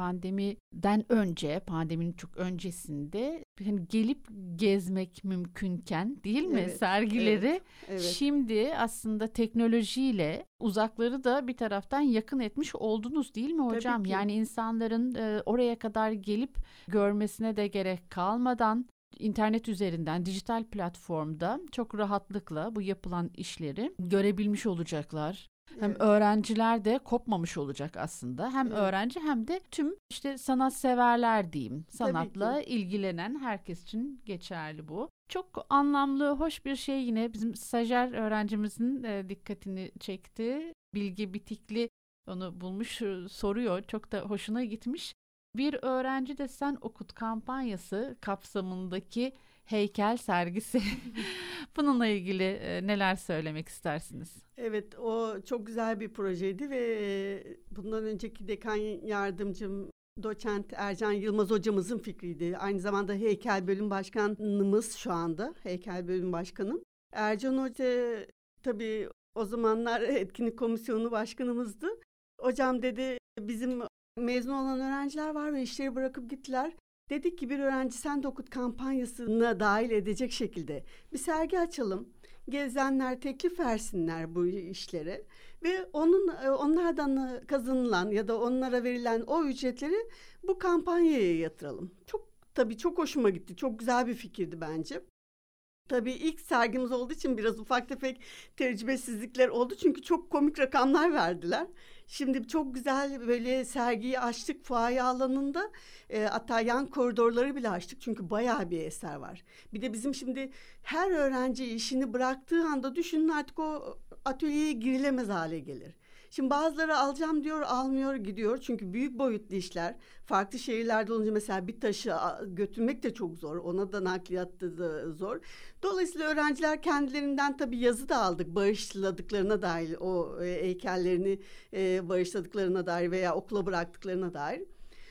pandemiden önce, pandeminin çok öncesinde hani gelip gezmek mümkünken, değil mi, evet, sergileri? Evet, evet. Şimdi aslında teknolojiyle uzakları da bir taraftan yakın etmiş oldunuz, değil mi hocam? Yani insanların e, oraya kadar gelip görmesine de gerek kalmadan İnternet üzerinden, dijital platformda çok rahatlıkla bu yapılan işleri görebilmiş olacaklar. Evet. Hem öğrenciler de kopmamış olacak aslında. Hem evet. öğrenci hem de tüm işte sanatseverler diyeyim. Sanatla ilgilenen herkes için geçerli bu. Çok anlamlı, hoş bir şey, yine bizim stajyer öğrencimizin e, dikkatini çekti. Bilge Bitikli onu bulmuş, soruyor. Çok da hoşuna gitmiş. Bir Öğrenci de Sen Okut kampanyası kapsamındaki heykel sergisi. Bununla ilgili e, neler söylemek istersiniz? Evet, o çok güzel bir projeydi ve bundan önceki dekan yardımcım doçent Ercan Yılmaz hocamızın fikriydi. Aynı zamanda heykel bölüm başkanımız şu anda. Heykel bölüm başkanım. Ercan Hoca tabii o zamanlar etkinlik komisyonu başkanımızdı. Hocam dedi, bizim mezun olan öğrenciler var ve işleri bırakıp gittiler. Dedik ki bir Öğrenci Sen Okut kampanyasına dahil edecek şekilde bir sergi açalım. Gezenler teklif versinler bu işlere ve onun onlardan kazanılan ya da onlara verilen o ücretleri bu kampanyaya yatıralım. Çok tabii çok hoşuma gitti. Çok güzel bir fikirdi bence. Tabii ilk sergimiz olduğu için biraz ufak tefek tecrübesizlikler oldu. Çünkü çok komik rakamlar verdiler. Şimdi çok güzel böyle sergiyi açtık fuaye alanında. E, hatta yan koridorları bile açtık. Çünkü bayağı bir eser var. Bir de bizim şimdi her öğrenci işini bıraktığı anda düşünün artık o atölyeye girilemez hale gelir. Şimdi bazıları alacağım diyor, almıyor, gidiyor. Çünkü büyük boyutlu işler. Farklı şehirlerde olunca mesela bir taşı götürmek de çok zor. Ona da nakliyat da zor. Dolayısıyla öğrenciler kendilerinden tabii yazı da aldık. Bağışladıklarına dair, o heykellerini bağışladıklarına dair veya okula bıraktıklarına dair.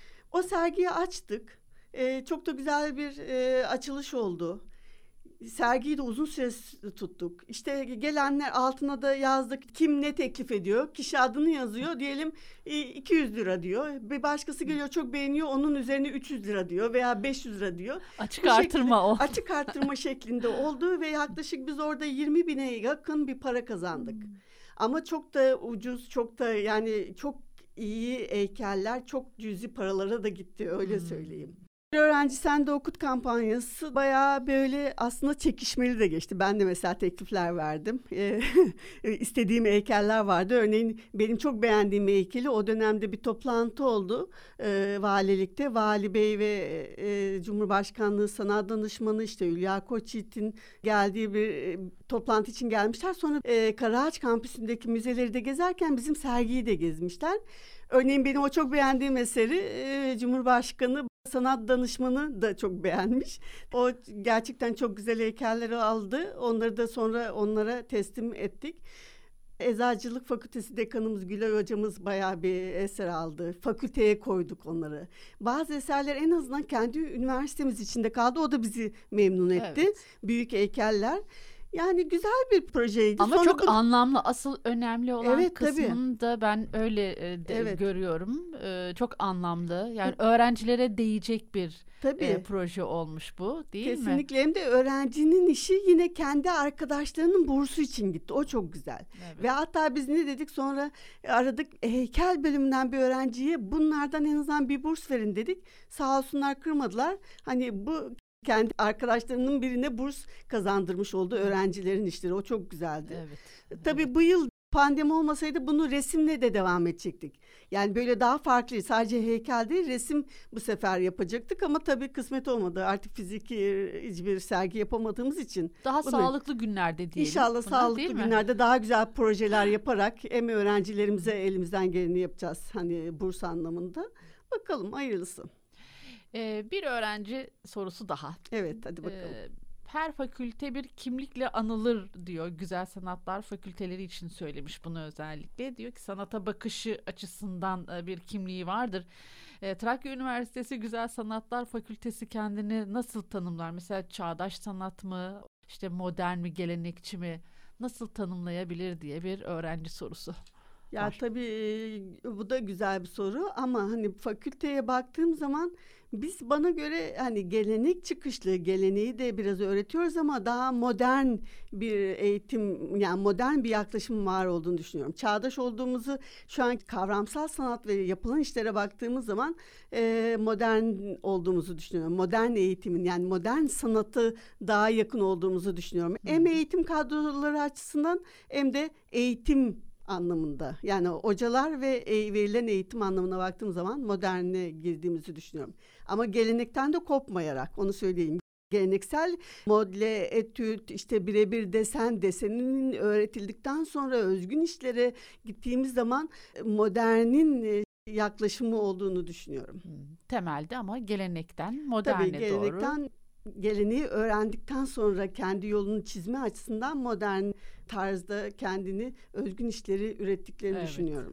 O sergiyi açtık. Çok da güzel bir açılış oldu. Sergiyi de uzun süre tuttuk. İşte gelenler altına da yazdık. Kim ne teklif ediyor? Kişi adını yazıyor. Diyelim iki yüz lira diyor. Bir başkası geliyor çok beğeniyor. Onun üzerine üç yüz lira diyor veya beş yüz lira diyor. Açık Bu artırma o. Açık artırma şeklinde oldu ve yaklaşık biz orada yirmi bine yakın bir para kazandık. Hmm. Ama çok da ucuz, çok da yani çok iyi heykeller, çok cüzi paralara da gitti öyle hmm. söyleyeyim. Bir Öğrenci Sen de Okut kampanyası bayağı böyle aslında çekişmeli de geçti. Ben de mesela teklifler verdim. E, istediğim heykeller vardı. Örneğin benim çok beğendiğim heykeli o dönemde bir toplantı oldu. E, valilikte Vali Bey ve e, Cumhurbaşkanlığı Sanat Danışmanı işte Hülya Koçyiğit'in geldiği bir e, toplantı için gelmişler. Sonra e, Karaağaç kampüsündeki müzeleri de gezerken bizim sergiyi de gezmişler. Örneğin benim o çok beğendiğim eseri e, Cumhurbaşkanı Sanat Danışmanı da çok beğenmiş. O gerçekten çok güzel heykelleri aldı. Onları da sonra onlara teslim ettik. Eczacılık Fakültesi dekanımız Gülay hocamız bayağı bir eser aldı. Fakülteye koyduk onları. Bazı eserler en azından kendi üniversitemiz içinde kaldı. O da bizi memnun etti. Evet. Büyük heykeller. Yani güzel bir projeydi. Ama Sonra çok bu... anlamlı. Asıl önemli olan evet, kısmını tabii. da ben öyle e, de evet. görüyorum. E, çok anlamlı. Yani öğrencilere değecek bir e, proje olmuş bu, değil Kesinlikle. mi? Kesinlikle. Hem de öğrencinin işi yine kendi arkadaşlarının bursu için gitti. O çok güzel. Evet. Ve hatta biz ne dedik sonra aradık heykel bölümünden bir öğrenciye bunlardan en azından bir burs verin dedik. Sağ olsunlar kırmadılar. Hani bu kendi arkadaşlarının birine burs kazandırmış oldu öğrencilerin işleri. O çok güzeldi. Evet. Tabii evet. bu yıl pandemi olmasaydı bunu resimle de devam edecektik. Yani böyle daha farklı sadece heykel değil resim bu sefer yapacaktık ama tabii kısmet olmadı. Artık fiziki hiçbir sergi yapamadığımız için. Daha bunu, sağlıklı günlerde diyelim. İnşallah buna, sağlıklı günlerde daha güzel projeler yaparak hem öğrencilerimize elimizden geleni yapacağız. Hani burs anlamında. Bakalım hayırlısı. Ee, bir öğrenci sorusu daha. Evet hadi bakalım. Ee, her fakülte bir kimlikle anılır diyor. Güzel Sanatlar Fakülteleri için söylemiş bunu özellikle. Diyor ki sanata bakışı açısından bir kimliği vardır. E, Trakya Üniversitesi Güzel Sanatlar Fakültesi kendini nasıl tanımlar? Mesela çağdaş sanat mı, işte modern mi, gelenekçi mi? Nasıl tanımlayabilir diye bir öğrenci sorusu. Ya var. Tabii bu da güzel bir soru ama hani fakülteye baktığım zaman biz bana göre hani gelenek çıkışlı geleneği de biraz öğretiyoruz ama daha modern bir eğitim yani modern bir yaklaşım var olduğunu düşünüyorum. Çağdaş olduğumuzu şu an kavramsal sanat ve yapılan işlere baktığımız zaman e, modern olduğumuzu düşünüyorum. Modern eğitimin yani modern sanatı daha yakın olduğumuzu düşünüyorum. Hmm. Hem eğitim kadroları açısından hem de eğitim anlamında yani hocalar ve verilen eğitim anlamına baktığım zaman moderne girdiğimizi düşünüyorum. Ama gelenekten de kopmayarak onu söyleyeyim. Geleneksel modle, etüt, işte birebir desen, deseninin öğretildikten sonra özgün işlere gittiğimiz zaman modernin yaklaşımı olduğunu düşünüyorum. Temelde ama gelenekten moderne Tabii, gelenekten, doğru. geleneği öğrendikten sonra kendi yolunu çizme açısından modern tarzda kendini özgün işleri ürettiklerini Evet. düşünüyorum.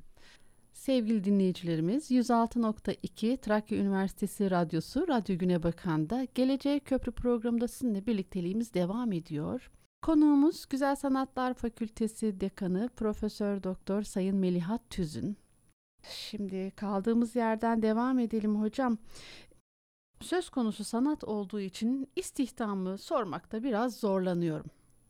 Sevgili dinleyicilerimiz, yüz altı nokta iki Trakya Üniversitesi Radyosu Radyo Güne Bakan'da Geleceğe Köprü programında sizinle birlikteliğimiz devam ediyor. Konuğumuz Güzel Sanatlar Fakültesi Dekanı Profesör Doktor Sayın Melihat Tüzün. Şimdi kaldığımız yerden devam edelim hocam. Söz konusu sanat olduğu için istihdamı sormakta biraz zorlanıyorum.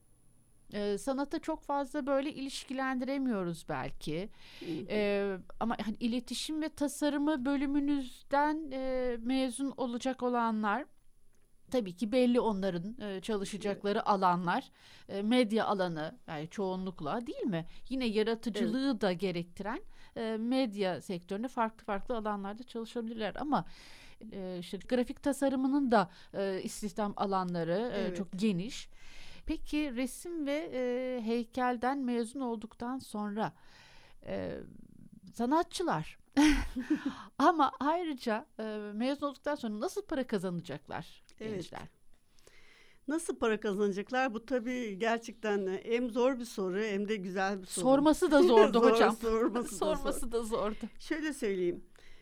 Ee, sanata çok fazla böyle ilişkilendiremiyoruz belki. Ee, ama hani iletişim ve tasarımı bölümünüzden e, mezun olacak olanlar, tabii ki belli onların e, çalışacakları evet. alanlar, e, medya alanı yani çoğunlukla, değil mi? Yine yaratıcılığı evet. da gerektiren e, medya sektöründe farklı farklı alanlarda çalışabilirler ama e, işte grafik tasarımının da e, istihdam alanları e, evet. çok geniş. Peki resim ve e, heykelden mezun olduktan sonra e, sanatçılar ama ayrıca e, mezun olduktan sonra nasıl para kazanacaklar evet. gençler? Nasıl para kazanacaklar? Bu tabii gerçekten hem zor bir soru hem de güzel bir soru. Sorması da zordu Zor, hocam. Sorması, sorması da, da zordu. Şöyle söyleyeyim.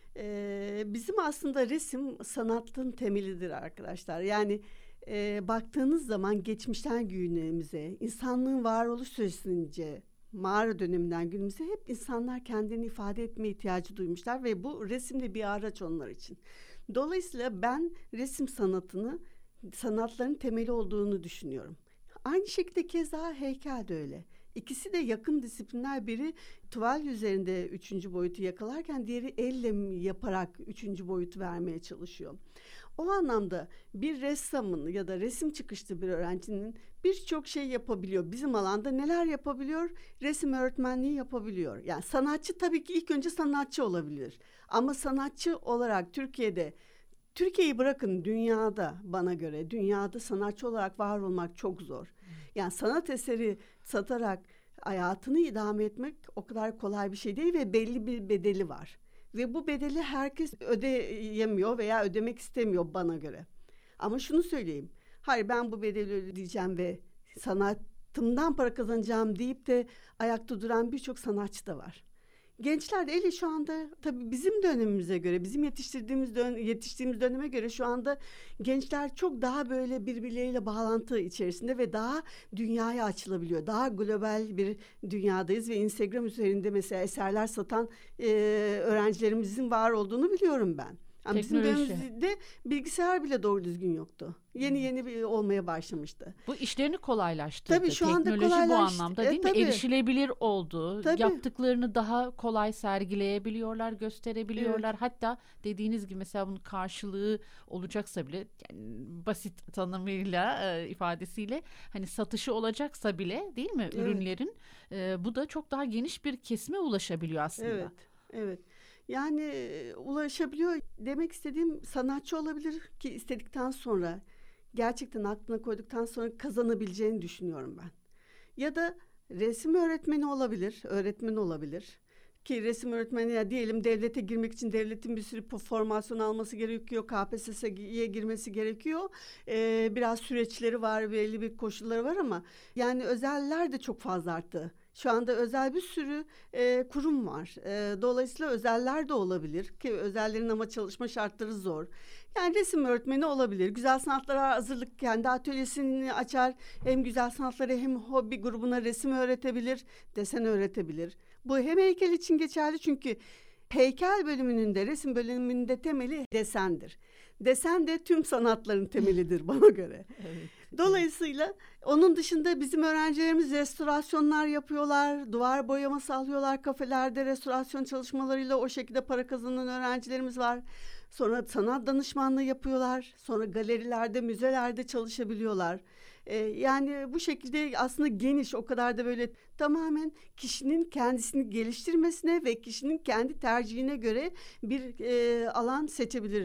Ee, bizim aslında resim sanatın temelidir arkadaşlar. Yani e, baktığınız zaman geçmişten günümüze, insanlığın varoluş süresince, mağara döneminden günümüze hep insanlar kendini ifade etme ihtiyacı duymuşlar ve bu resim de bir araç onlar için. Dolayısıyla ben resim sanatını sanatların temeli olduğunu düşünüyorum. Aynı şekilde keza heykel de öyle. İkisi de yakın disiplinler, biri tuval üzerinde üçüncü boyutu yakalarken diğeri elle yaparak üçüncü boyutu vermeye çalışıyor. O anlamda bir ressamın ya da resim çıkışlı bir öğrencinin birçok şey yapabiliyor. Bizim alanda neler yapabiliyor? Resim öğretmenliği yapabiliyor. Yani sanatçı tabii ki ilk önce sanatçı olabilir. Ama sanatçı olarak Türkiye'de, Türkiye'yi bırakın dünyada, bana göre dünyada sanatçı olarak var olmak çok zor. Yani sanat eseri satarak hayatını idame etmek o kadar kolay bir şey değil ve belli bir bedeli var. Ve bu bedeli herkes ödeyemiyor veya ödemek istemiyor bana göre. Ama şunu söyleyeyim. Hayır, ben bu bedeli ödeyeceğim ve sanatımdan para kazanacağım deyip de ayakta duran birçok sanatçı da var. Gençler de eli şu anda tabii bizim dönemimize göre, bizim yetiştirdiğimiz dön- yetiştiğimiz döneme göre şu anda gençler çok daha böyle birbirleriyle bağlantı içerisinde ve daha dünyaya açılabiliyor. Daha global bir dünyadayız ve Instagram üzerinde mesela eserler satan e, öğrencilerimizin var olduğunu biliyorum ben. Yani bizim dönemimizde bilgisayar bile doğru düzgün yoktu. Yeni yeni bir olmaya başlamıştı. Bu işlerini kolaylaştırdı. Tabii şu Teknoloji anda kolaylaştı. bu anlamda E, değil tabii. mi? Erişilebilir oldu. Tabii. Yaptıklarını daha kolay sergileyebiliyorlar, gösterebiliyorlar. Evet. Hatta dediğiniz gibi mesela bunun karşılığı olacaksa bile, yani basit tanımıyla, e, ifadesiyle hani satışı olacaksa bile, değil mi, Evet. ürünlerin e, bu da çok daha geniş bir kesime ulaşabiliyor aslında. Evet. Evet. Yani ulaşabiliyor demek istediğim, sanatçı olabilir ki istedikten sonra, gerçekten aklına koyduktan sonra kazanabileceğini düşünüyorum ben. Ya da resim öğretmeni olabilir, öğretmen olabilir. Ki resim öğretmeni, ya diyelim devlete girmek için devletin bir sürü formasyon alması gerekiyor. K P S S'ye girmesi gerekiyor. Ee, biraz süreçleri var, belli bir koşulları var ama yani özeller de çok fazla arttı. Şu anda özel bir sürü e, kurum var. E, dolayısıyla özeller de olabilir ki özellerin ama çalışma şartları zor. Yani resim öğretmeni olabilir. Güzel sanatlara hazırlık, kendi atölyesini açar. Hem güzel sanatları hem hobi grubuna resim öğretebilir, desen öğretebilir. Bu hem heykel için geçerli, çünkü heykel bölümünün de resim bölümünün de temeli desendir. Desen de tüm sanatların temelidir bana göre. Evet. Dolayısıyla onun dışında bizim öğrencilerimiz restorasyonlar yapıyorlar, duvar boyaması alıyorlar, kafelerde restorasyon çalışmalarıyla o şekilde para kazanan öğrencilerimiz var. Sonra sanat danışmanlığı yapıyorlar, sonra galerilerde, müzelerde çalışabiliyorlar. Ee, yani bu şekilde aslında geniş, o kadar da böyle tamamen kişinin kendisini geliştirmesine ve kişinin kendi tercihine göre bir e, alan seçebilir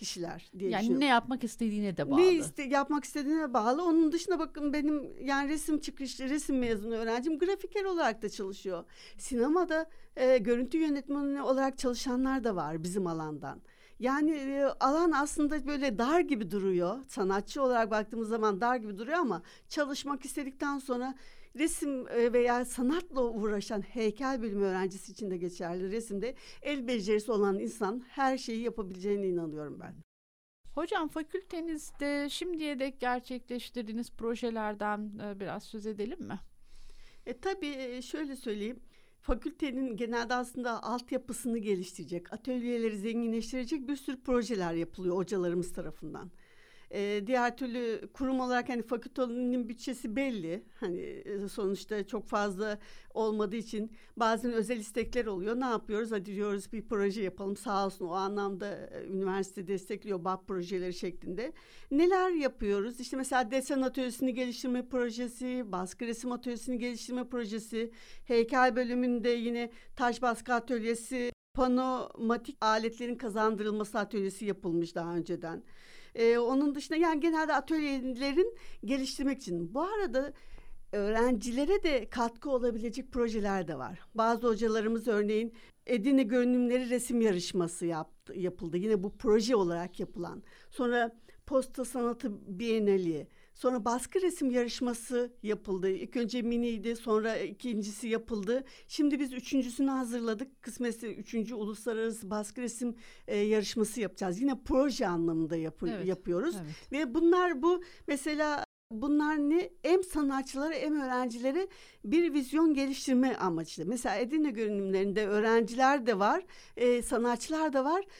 kişiler diye Yani düşünüyorum. ne yapmak istediğine de bağlı. Ne iste, yapmak istediğine bağlı. Onun dışında bakın benim yani resim çıkışlı, resim mezunu öğrencim grafiker olarak da çalışıyor. Sinemada e, görüntü yönetmeni olarak çalışanlar da var bizim alandan. Yani e, alan aslında böyle dar gibi duruyor. Sanatçı olarak baktığımız zaman dar gibi duruyor ama çalışmak istedikten sonra resim e, veya sanatla uğraşan heykel bölümü öğrencisi için de geçerli. Resimde el becerisi olan insan her şeyi yapabileceğine inanıyorum ben. Hocam fakültenizde şimdiye dek gerçekleştirdiğiniz projelerden e, biraz söz edelim mi? E, tabii şöyle söyleyeyim. Fakültenin genelde aslında altyapısını geliştirecek, atölyeleri zenginleştirecek bir sürü projeler yapılıyor hocalarımız tarafından. Ee, diğer türlü kurum olarak hani fakültenin bütçesi belli. Hani e, sonuçta çok fazla olmadığı için bazen özel istekler oluyor. Ne yapıyoruz? Hadi diyoruz bir proje yapalım. Sağ olsun o anlamda e, üniversite destekliyor B A P projeleri şeklinde. Neler yapıyoruz? İşte mesela desen atölyesini geliştirme projesi, baskı resim atölyesini geliştirme projesi, heykel bölümünde yine taş baskı atölyesi, panomatik aletlerin kazandırılması atölyesi yapılmış daha önceden. Ee, onun dışında yani genelde atölyelerin geliştirmek için. Bu arada öğrencilere de katkı olabilecek projeler de var. Bazı hocalarımız örneğin Edirne Görünümleri resim yarışması yaptı, yapıldı. Yine bu proje olarak yapılan. Sonra Posta Sanatı Bienali, sonra baskı resim yarışması yapıldı. İlk önce miniydi, sonra ikincisi yapıldı. Şimdi biz üçüncüsünü hazırladık. Kısmetse üçüncü uluslararası baskı resim e, yarışması yapacağız. Yine proje anlamında yapı, Evet, yapıyoruz. evet. Ve bunlar bu mesela bunlar ne? Hem sanatçılara hem öğrencilere bir vizyon geliştirme amaçlı. Mesela Edirne görünümlerinde öğrenciler de var, e, sanatçılar da var.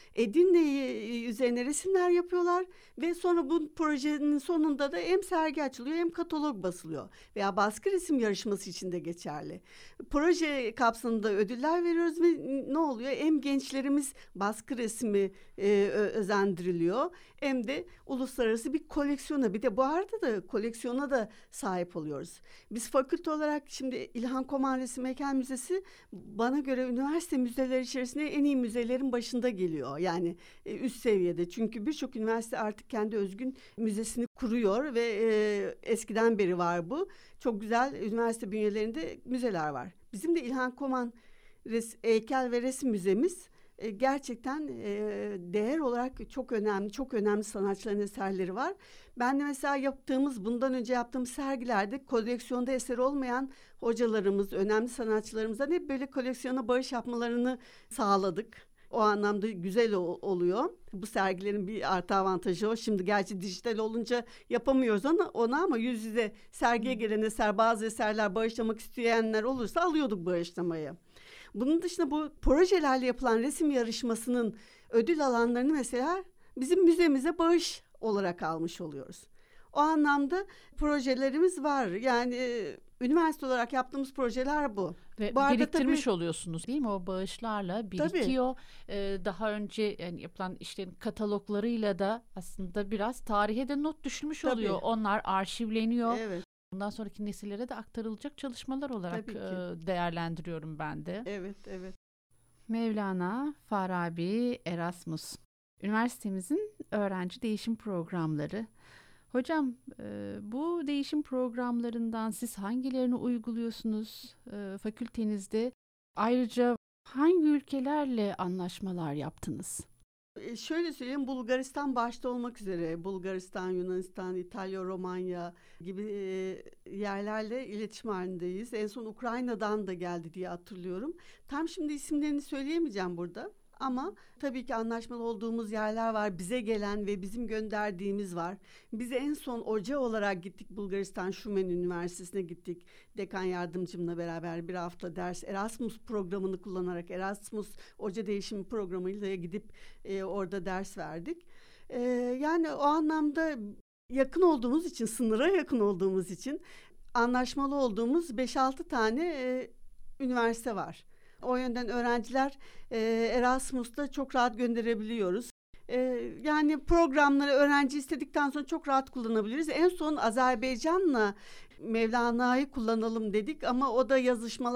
Edirne üzerine resimler yapıyorlar ve sonra bu projenin sonunda da hem sergi açılıyor hem katalog basılıyor. Veya baskı resim yarışması için de geçerli. Proje kapsamında ödüller veriyoruz ve ne oluyor? Hem gençlerimiz baskı resmi e, özendiriliyor hem de uluslararası bir koleksiyona, bir de bu arada da koleksiyona da sahip oluyoruz. Biz fakülte olarak şimdi İlhan Koman Resim Heykel Müzesi bana göre üniversite müzeleri içerisinde en iyi müzelerin başında geliyor. Yani e, üst seviyede. Çünkü birçok üniversite artık kendi özgün müzesini kuruyor ve e, eskiden beri var bu. Çok güzel üniversite bünyelerinde müzeler var. Bizim de İlhan Koman Res- Heykel ve Resim Müzemiz e, gerçekten e, değer olarak çok önemli, çok önemli sanatçıların eserleri var. Ben de mesela yaptığımız, bundan önce yaptığımız sergilerde koleksiyonda eser olmayan hocalarımız, önemli sanatçılarımızdan hep böyle koleksiyona bağış yapmalarını sağladık. O anlamda güzel o, oluyor. Bu sergilerin bir artı avantajı o. Şimdi gerçi dijital olunca yapamıyoruz onu, onu ama yüz yüze sergiye gelen eser, bazı eserler bağışlamak isteyenler olursa alıyorduk bağışlamayı. Bunun dışında bu projelerle yapılan resim yarışmasının ödül alanlarını mesela bizim müzemize bağış olarak almış oluyoruz. O anlamda projelerimiz var. Yani e, üniversite olarak yaptığımız projeler bu. Ve bu biriktirmiş tabii, oluyorsunuz değil mi? O bağışlarla birikiyor. Ee, daha önce yani yapılan işlerin kataloglarıyla da aslında biraz tarihe de not düşülmüş Tabii. oluyor. Onlar arşivleniyor. Evet. Bundan sonraki nesillere de aktarılacak çalışmalar olarak Tabii ki. e, değerlendiriyorum ben de. Evet, evet. Mevlana, Farabi, Erasmus. Üniversitemizin öğrenci değişim programları. Hocam, e, bu değişim programlarından siz hangilerini uyguluyorsunuz e, fakültenizde? Ayrıca hangi ülkelerle anlaşmalar yaptınız? E, şöyle söyleyeyim, Bulgaristan başta olmak üzere Bulgaristan, Yunanistan, İtalya, Romanya gibi e, yerlerle iletişim halindeyiz. En son Ukrayna'dan da geldi diye hatırlıyorum. Tam şimdi isimlerini söyleyemeyeceğim burada. Ama tabii ki anlaşmalı olduğumuz yerler var. Bize gelen ve bizim gönderdiğimiz var. Biz en son hoca olarak gittik Bulgaristan Şumen Üniversitesi'ne gittik. Dekan yardımcımla beraber bir hafta ders Erasmus programını kullanarak Erasmus hoca değişimi programıyla gidip e, orada ders verdik. E, yani o anlamda yakın olduğumuz için, sınıra yakın olduğumuz için anlaşmalı olduğumuz beş altı tane e, üniversite var. O yönden öğrenciler e, Erasmus'ta çok rahat gönderebiliyoruz. E, yani programları öğrenci istedikten sonra çok rahat kullanabiliriz. En son Azerbaycan'la Mevlana'yı kullanalım dedik ama o da yazışmalar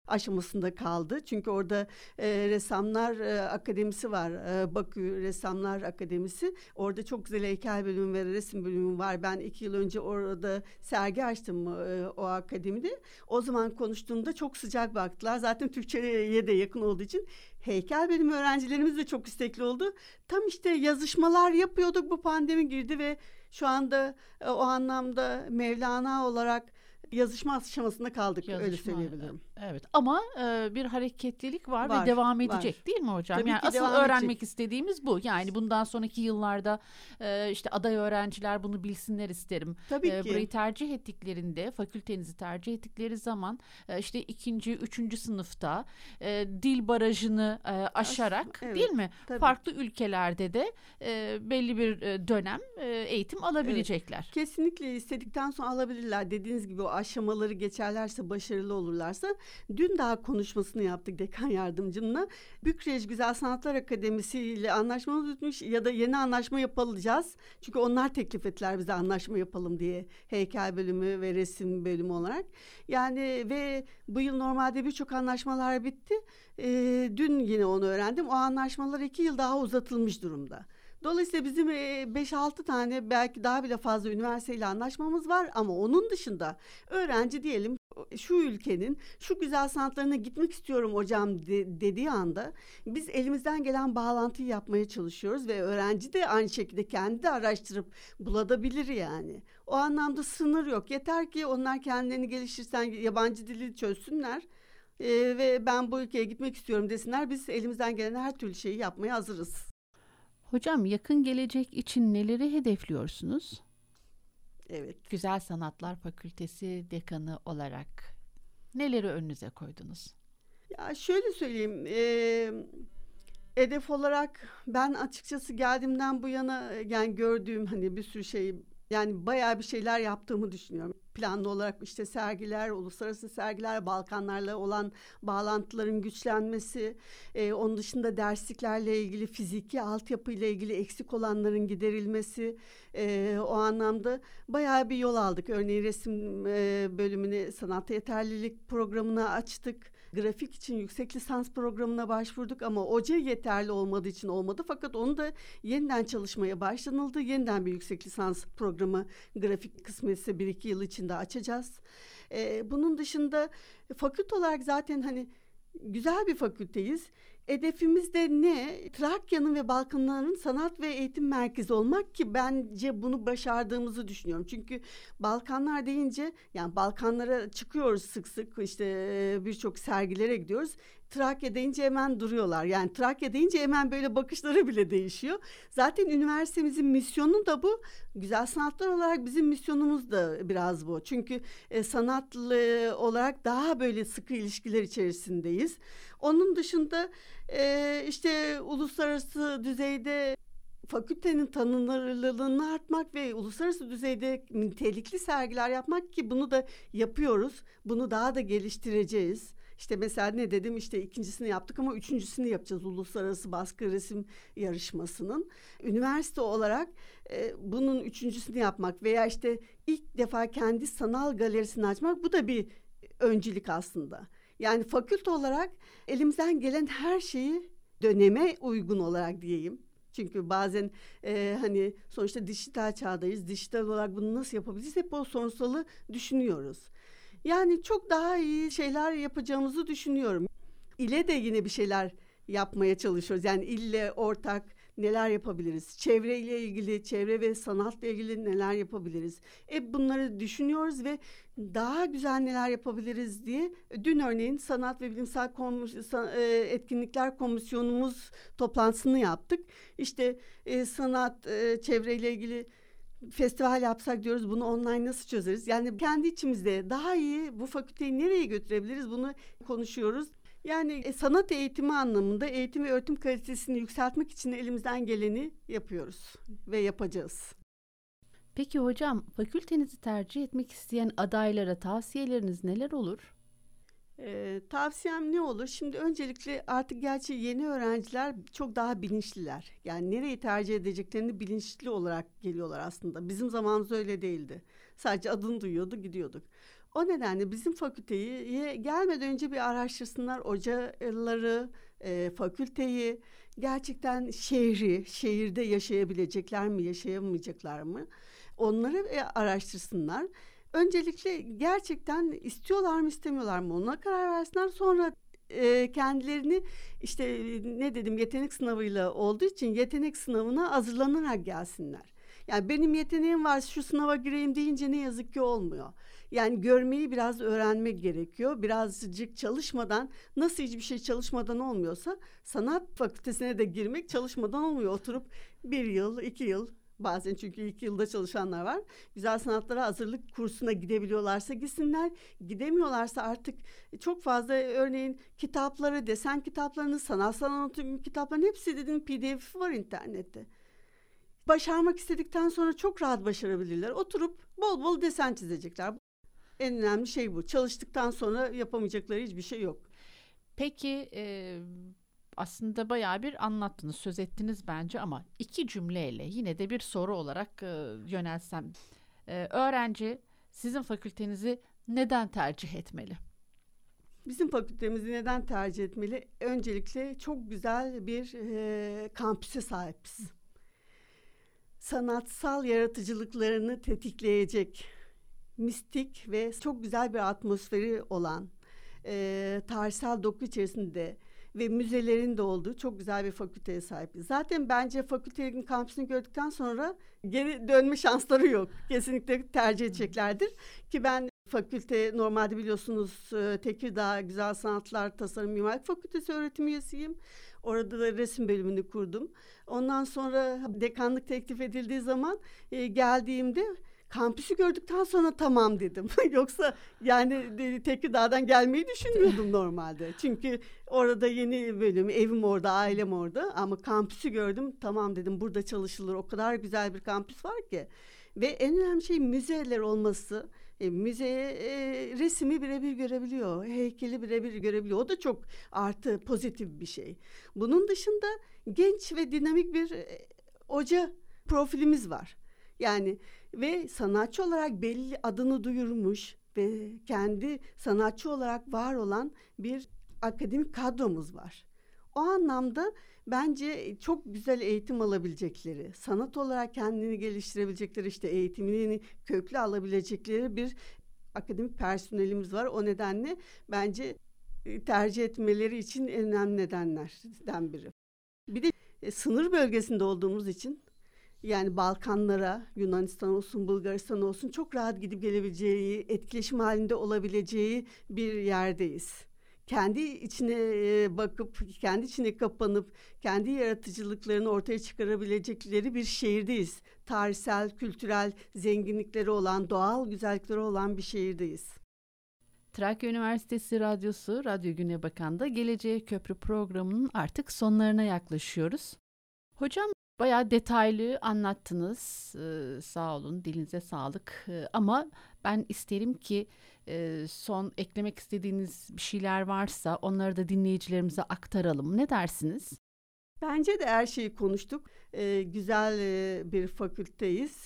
aşamasında kaldı. Çünkü orada e, Ressamlar e, Akademisi var. E, Bakü Ressamlar Akademisi. Orada çok güzel heykel bölümü ve resim bölümü var. Ben iki yıl önce orada sergi açtım e, o akademide. O zaman konuştuğumda çok sıcak baktılar. Zaten Türkçe'ye de yakın olduğu için heykel bölümü öğrencilerimiz de çok istekli oldu. Tam işte yazışmalar yapıyorduk, bu pandemi girdi ve şu anda e, o anlamda Mevlana olarak yazışma aşamasında kaldık, Yazışma, öyle söyleyebilirim. Evet, ama e, bir hareketlilik var, var ve devam edecek var. değil mi hocam? Tabii yani ki asıl devam öğrenmek edecek. istediğimiz bu. Yani bundan sonraki yıllarda e, işte aday öğrenciler bunu bilsinler isterim. Tabii E, ki. burayı tercih ettiklerinde, fakültenizi tercih ettikleri zaman e, işte ikinci, üçüncü sınıfta e, dil barajını e, aşarak, evet, değil mi? tabii. Farklı ülkelerde de e, belli bir e, dönem e, eğitim alabilecekler. Kesinlikle istedikten sonra alabilirler. Dediğiniz gibi o aşamaları geçerlerse, başarılı olurlarsa. Dün daha konuşmasını yaptık dekan yardımcımla. Bükreş Güzel Sanatlar Akademisi ile anlaşmamız bitmiş ya da yeni anlaşma yapacağız. Çünkü onlar teklif ettiler bize anlaşma yapalım diye, heykel bölümü ve resim bölümü olarak. Yani ve bu yıl normalde birçok anlaşmalar bitti. Ee, dün yine onu öğrendim. O anlaşmalar iki yıl daha uzatılmış durumda. Dolayısıyla bizim beş altı tane, belki daha bile fazla üniversiteyle anlaşmamız var, ama onun dışında öğrenci diyelim şu ülkenin şu güzel sanatlarına gitmek istiyorum hocam de, dediği anda biz elimizden gelen bağlantıyı yapmaya çalışıyoruz ve öğrenci de aynı şekilde kendi de araştırıp bulabilir yani. O anlamda sınır yok. Yeter ki onlar kendilerini geliştirsen, yabancı dili çözsünler. Ee, ve ben bu ülkeye gitmek istiyorum desinler, biz elimizden gelen her türlü şeyi yapmaya hazırız. Hocam, yakın gelecek için neleri hedefliyorsunuz? Evet. Güzel Sanatlar Fakültesi dekanı olarak neleri önünüze koydunuz? Ya şöyle söyleyeyim, e, hedef olarak ben açıkçası geldiğimden bu yana yani gördüğüm hani bir sürü şey, yani bayağı bir şeyler yaptığımı düşünüyorum. Planlı olarak işte sergiler, uluslararası sergiler, Balkanlarla olan bağlantıların güçlenmesi, e, onun dışında dersliklerle ilgili, fiziki altyapıyla ilgili eksik olanların giderilmesi, e, o anlamda bayağı bir yol aldık. Örneğin resim e, bölümüne, sanata yeterlilik programına açtık. Grafik için yüksek lisans programına başvurduk ama hoca yeterli olmadığı için olmadı. Fakat onu da yeniden çalışmaya başlanıldı. Yeniden bir yüksek lisans programı, grafik kısmetse bir iki yıl içinde açacağız. Ee, bunun dışında fakülte olarak zaten hani güzel bir fakülteyiz. Hedefimiz de ne? Trakya'nın ve Balkanların sanat ve eğitim merkezi olmak, ki bence bunu başardığımızı düşünüyorum. Çünkü Balkanlar deyince, yani Balkanlara çıkıyoruz sık sık, işte birçok sergilere gidiyoruz. Trakya deyince hemen duruyorlar. Yani Trakya deyince hemen böyle bakışları bile değişiyor. Zaten üniversitemizin misyonu da bu. Güzel sanatlar olarak bizim misyonumuz da biraz bu. Çünkü e, sanatlı olarak daha böyle sıkı ilişkiler içerisindeyiz. Onun dışında e, işte uluslararası düzeyde fakültenin tanınırlılığını artmak ve uluslararası düzeyde nitelikli sergiler yapmak, ki bunu da yapıyoruz. Bunu daha da geliştireceğiz. İşte mesela ne dedim, işte ikincisini yaptık ama üçüncüsünü yapacağız, uluslararası baskı resim yarışmasının. Üniversite olarak e, bunun üçüncüsünü yapmak veya işte ilk defa kendi sanal galerisini açmak, bu da bir öncülük aslında. Yani fakülte olarak elimizden gelen her şeyi döneme uygun olarak diyeyim. Çünkü bazen e, hani sonuçta dijital çağdayız. Dijital olarak bunu nasıl yapabiliriz? Hep o sorunsalı düşünüyoruz. Yani çok daha iyi şeyler yapacağımızı düşünüyorum. İle de yine bir şeyler yapmaya çalışıyoruz. Yani ille ortak neler yapabiliriz? Çevreyle ilgili, çevre ve sanatla ilgili neler yapabiliriz? Hep bunları düşünüyoruz ve daha güzel neler yapabiliriz diye. Dün örneğin Sanat ve Bilimsel Komis- Etkinlikler Komisyonumuz toplantısını yaptık. İşte e, sanat, e, çevreyle ilgili festival yapsak diyoruz, bunu online nasıl çözeriz? Yani kendi içimizde daha iyi bu fakülteyi nereye götürebiliriz, bunu konuşuyoruz. Yani e, sanat eğitimi anlamında eğitim ve öğretim kalitesini yükseltmek için elimizden geleni yapıyoruz ve yapacağız. Peki hocam, fakültenizi tercih etmek isteyen adaylara tavsiyeleriniz neler olur? Ee, tavsiyem ne olur? Şimdi öncelikle artık gerçi yeni öğrenciler çok daha bilinçliler. Yani nereyi tercih edeceklerini bilinçli olarak geliyorlar aslında. Bizim zamanımız öyle değildi. Sadece adını duyuyordu, gidiyorduk. O nedenle bizim fakülteyi gelmeden önce bir araştırsınlar, hocaları, e, fakülteyi, gerçekten şehri, şehirde yaşayabilecekler mi, yaşayamayacaklar mı? Onları e, araştırsınlar. Öncelikle gerçekten istiyorlar mı, istemiyorlar mı? Ona karar versinler. Sonra e, kendilerini işte ne dedim yetenek sınavıyla olduğu için yetenek sınavına hazırlanarak gelsinler. Yani benim yeteneğim var, şu sınava gireyim deyince ne yazık ki olmuyor. Yani görmeyi biraz öğrenmek gerekiyor. Birazcık çalışmadan, nasıl hiçbir şey çalışmadan olmuyorsa sanat fakültesine de girmek çalışmadan olmuyor. Oturup bir yıl, iki yıl, bazen çünkü iki yılda çalışanlar var. Güzel sanatlara hazırlık kursuna gidebiliyorlarsa gitsinler. Gidemiyorlarsa artık çok fazla örneğin kitapları, desen kitaplarını, sanatsal anlatım kitaplarının hepsi dedim P D F var internette. Başarmak istedikten sonra çok rahat başarabilirler. Oturup bol bol desen çizecekler. En önemli şey bu. Çalıştıktan sonra yapamayacakları hiçbir şey yok. Peki e, aslında bayağı bir anlattınız, söz ettiniz bence ama iki cümleyle yine de bir soru olarak e, yönelsem. E, öğrenci sizin fakültenizi neden tercih etmeli? Bizim fakültemizi neden tercih etmeli? Öncelikle çok güzel bir e, kampüse sahibiz. Sanatsal yaratıcılıklarını tetikleyecek, mistik ve çok güzel bir atmosferi olan, e, tarihsel doku içerisinde ve müzelerin de olduğu çok güzel bir fakülteye sahibiz. Zaten bence fakültenin kampüsünü gördükten sonra geri dönme şansları yok. Kesinlikle tercih edeceklerdir. Ki ben fakülte normalde biliyorsunuz Tekirdağ Güzel Sanatlar Tasarım Mimarlık Fakültesi öğretim üyesiyim. Orada da resim bölümünü kurdum. Ondan sonra dekanlık teklif edildiği zaman e, geldiğimde kampüsü gördükten sonra tamam dedim. Yoksa yani Tekirdağ'dan gelmeyi düşünmüyordum normalde. Çünkü orada yeni bölüm, evim orada, ailem orada. Ama kampüsü gördüm, tamam dedim, burada çalışılır. O kadar güzel bir kampüs var ki. Ve en önemli şey müzeler olması. E, müzeye e, resmi birebir görebiliyor, heykeli birebir görebiliyor. O da çok artı, pozitif bir şey. Bunun dışında genç ve dinamik bir e, hoca profilimiz var. Yani ve sanatçı olarak belli adını duyurmuş ve kendi sanatçı olarak var olan bir akademik kadromuz var. O anlamda bence çok güzel eğitim alabilecekleri, sanat olarak kendini geliştirebilecekleri, işte eğitimini köklü alabilecekleri bir akademik personelimiz var. O nedenle bence tercih etmeleri için en önemli nedenlerden biri. Bir de e, sınır bölgesinde olduğumuz için, yani Balkanlara, Yunanistan olsun, Bulgaristan olsun çok rahat gidip gelebileceği, etkileşim halinde olabileceği bir yerdeyiz. Kendi içine bakıp, kendi içine kapanıp, kendi yaratıcılıklarını ortaya çıkarabilecekleri bir şehirdeyiz. Tarihsel, kültürel zenginlikleri olan, doğal güzellikleri olan bir şehirdeyiz. Trakya Üniversitesi Radyosu, Radyo Günebakan'da Geleceğe Köprü programının artık sonlarına yaklaşıyoruz. Hocam bayağı detaylı anlattınız. Ee, sağ olun, dilinize sağlık. Ee, ama ben isterim ki e, son eklemek istediğiniz bir şeyler varsa onları da dinleyicilerimize aktaralım. Ne dersiniz? Bence de her şeyi konuştuk. Ee, güzel e, bir fakülteyiz.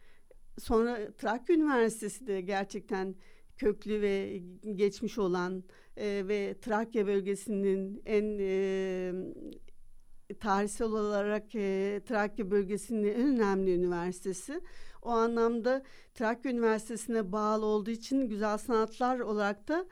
Sonra Trakya Üniversitesi de gerçekten köklü ve geçmiş olan e, ve Trakya bölgesinin en e, tarihsel olarak e, Trakya bölgesinin en önemli üniversitesi. O anlamda Trakya Üniversitesi'ne bağlı olduğu için güzel sanatlar olarak da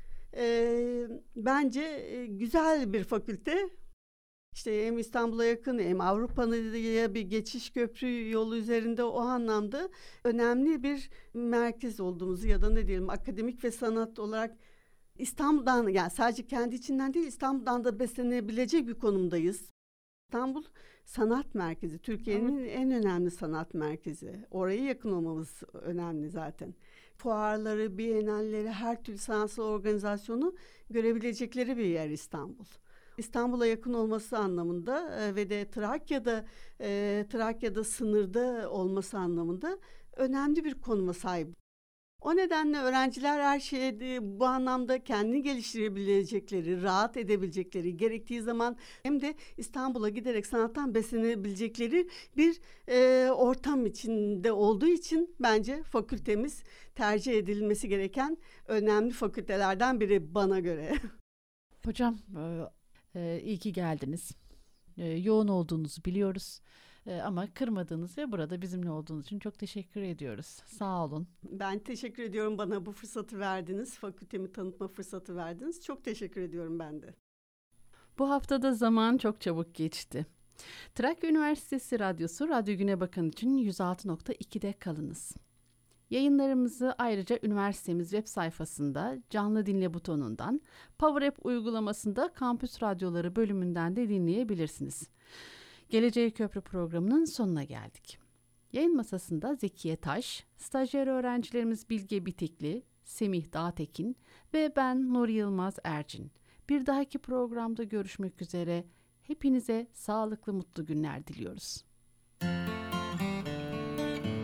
e, bence e, güzel bir fakülte. İşte hem İstanbul'a yakın hem Avrupa'ya bir geçiş köprü yolu üzerinde, o anlamda önemli bir merkez olduğumuzu ya da ne diyelim akademik ve sanat olarak İstanbul'dan, yani sadece kendi içinden değil İstanbul'dan da beslenebilecek bir konumdayız. İstanbul sanat merkezi, Türkiye'nin evet. en önemli sanat merkezi. Oraya yakın olmamız önemli zaten. Fuarları, bienalleri, her türlü sanatsal organizasyonu görebilecekleri bir yer İstanbul. İstanbul'a yakın olması anlamında e, ve de Trakya'da e, Trakya'da sınırda olması anlamında önemli bir konuma sahip. O nedenle öğrenciler her şeye de, bu anlamda kendini geliştirebilecekleri, rahat edebilecekleri, gerektiği zaman hem de İstanbul'a giderek sanattan beslenebilecekleri bir e, ortam içinde olduğu için bence fakültemiz tercih edilmesi gereken önemli fakültelerden biri bana göre. Hocam e, e, iyi ki geldiniz. E, yoğun olduğunuzu biliyoruz. E, ama kırmadığınız ve burada bizimle olduğunuz için çok teşekkür ediyoruz. Sağ olun. Ben teşekkür ediyorum, bana bu fırsatı verdiniz. Fakültemi tanıtma fırsatı verdiniz. Çok teşekkür ediyorum ben de. Bu haftada zaman çok çabuk geçti. Trakya Üniversitesi Radyosu Radyo Güne Bakan için yüz altı nokta iki'de kalınız. Yayınlarımızı ayrıca üniversitemiz web sayfasında canlı dinle butonundan, Power App uygulamasında Kampüs Radyoları bölümünden de dinleyebilirsiniz. Geleceğe Köprü programının sonuna geldik. Yayın masasında Zekiye Taş, stajyer öğrencilerimiz Bilge Bitikli, Semih Dağtekin ve ben Nur Yılmaz Ercin. Bir dahaki programda görüşmek üzere. Hepinize sağlıklı, mutlu günler diliyoruz.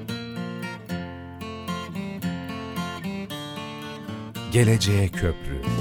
Geleceğe Köprü.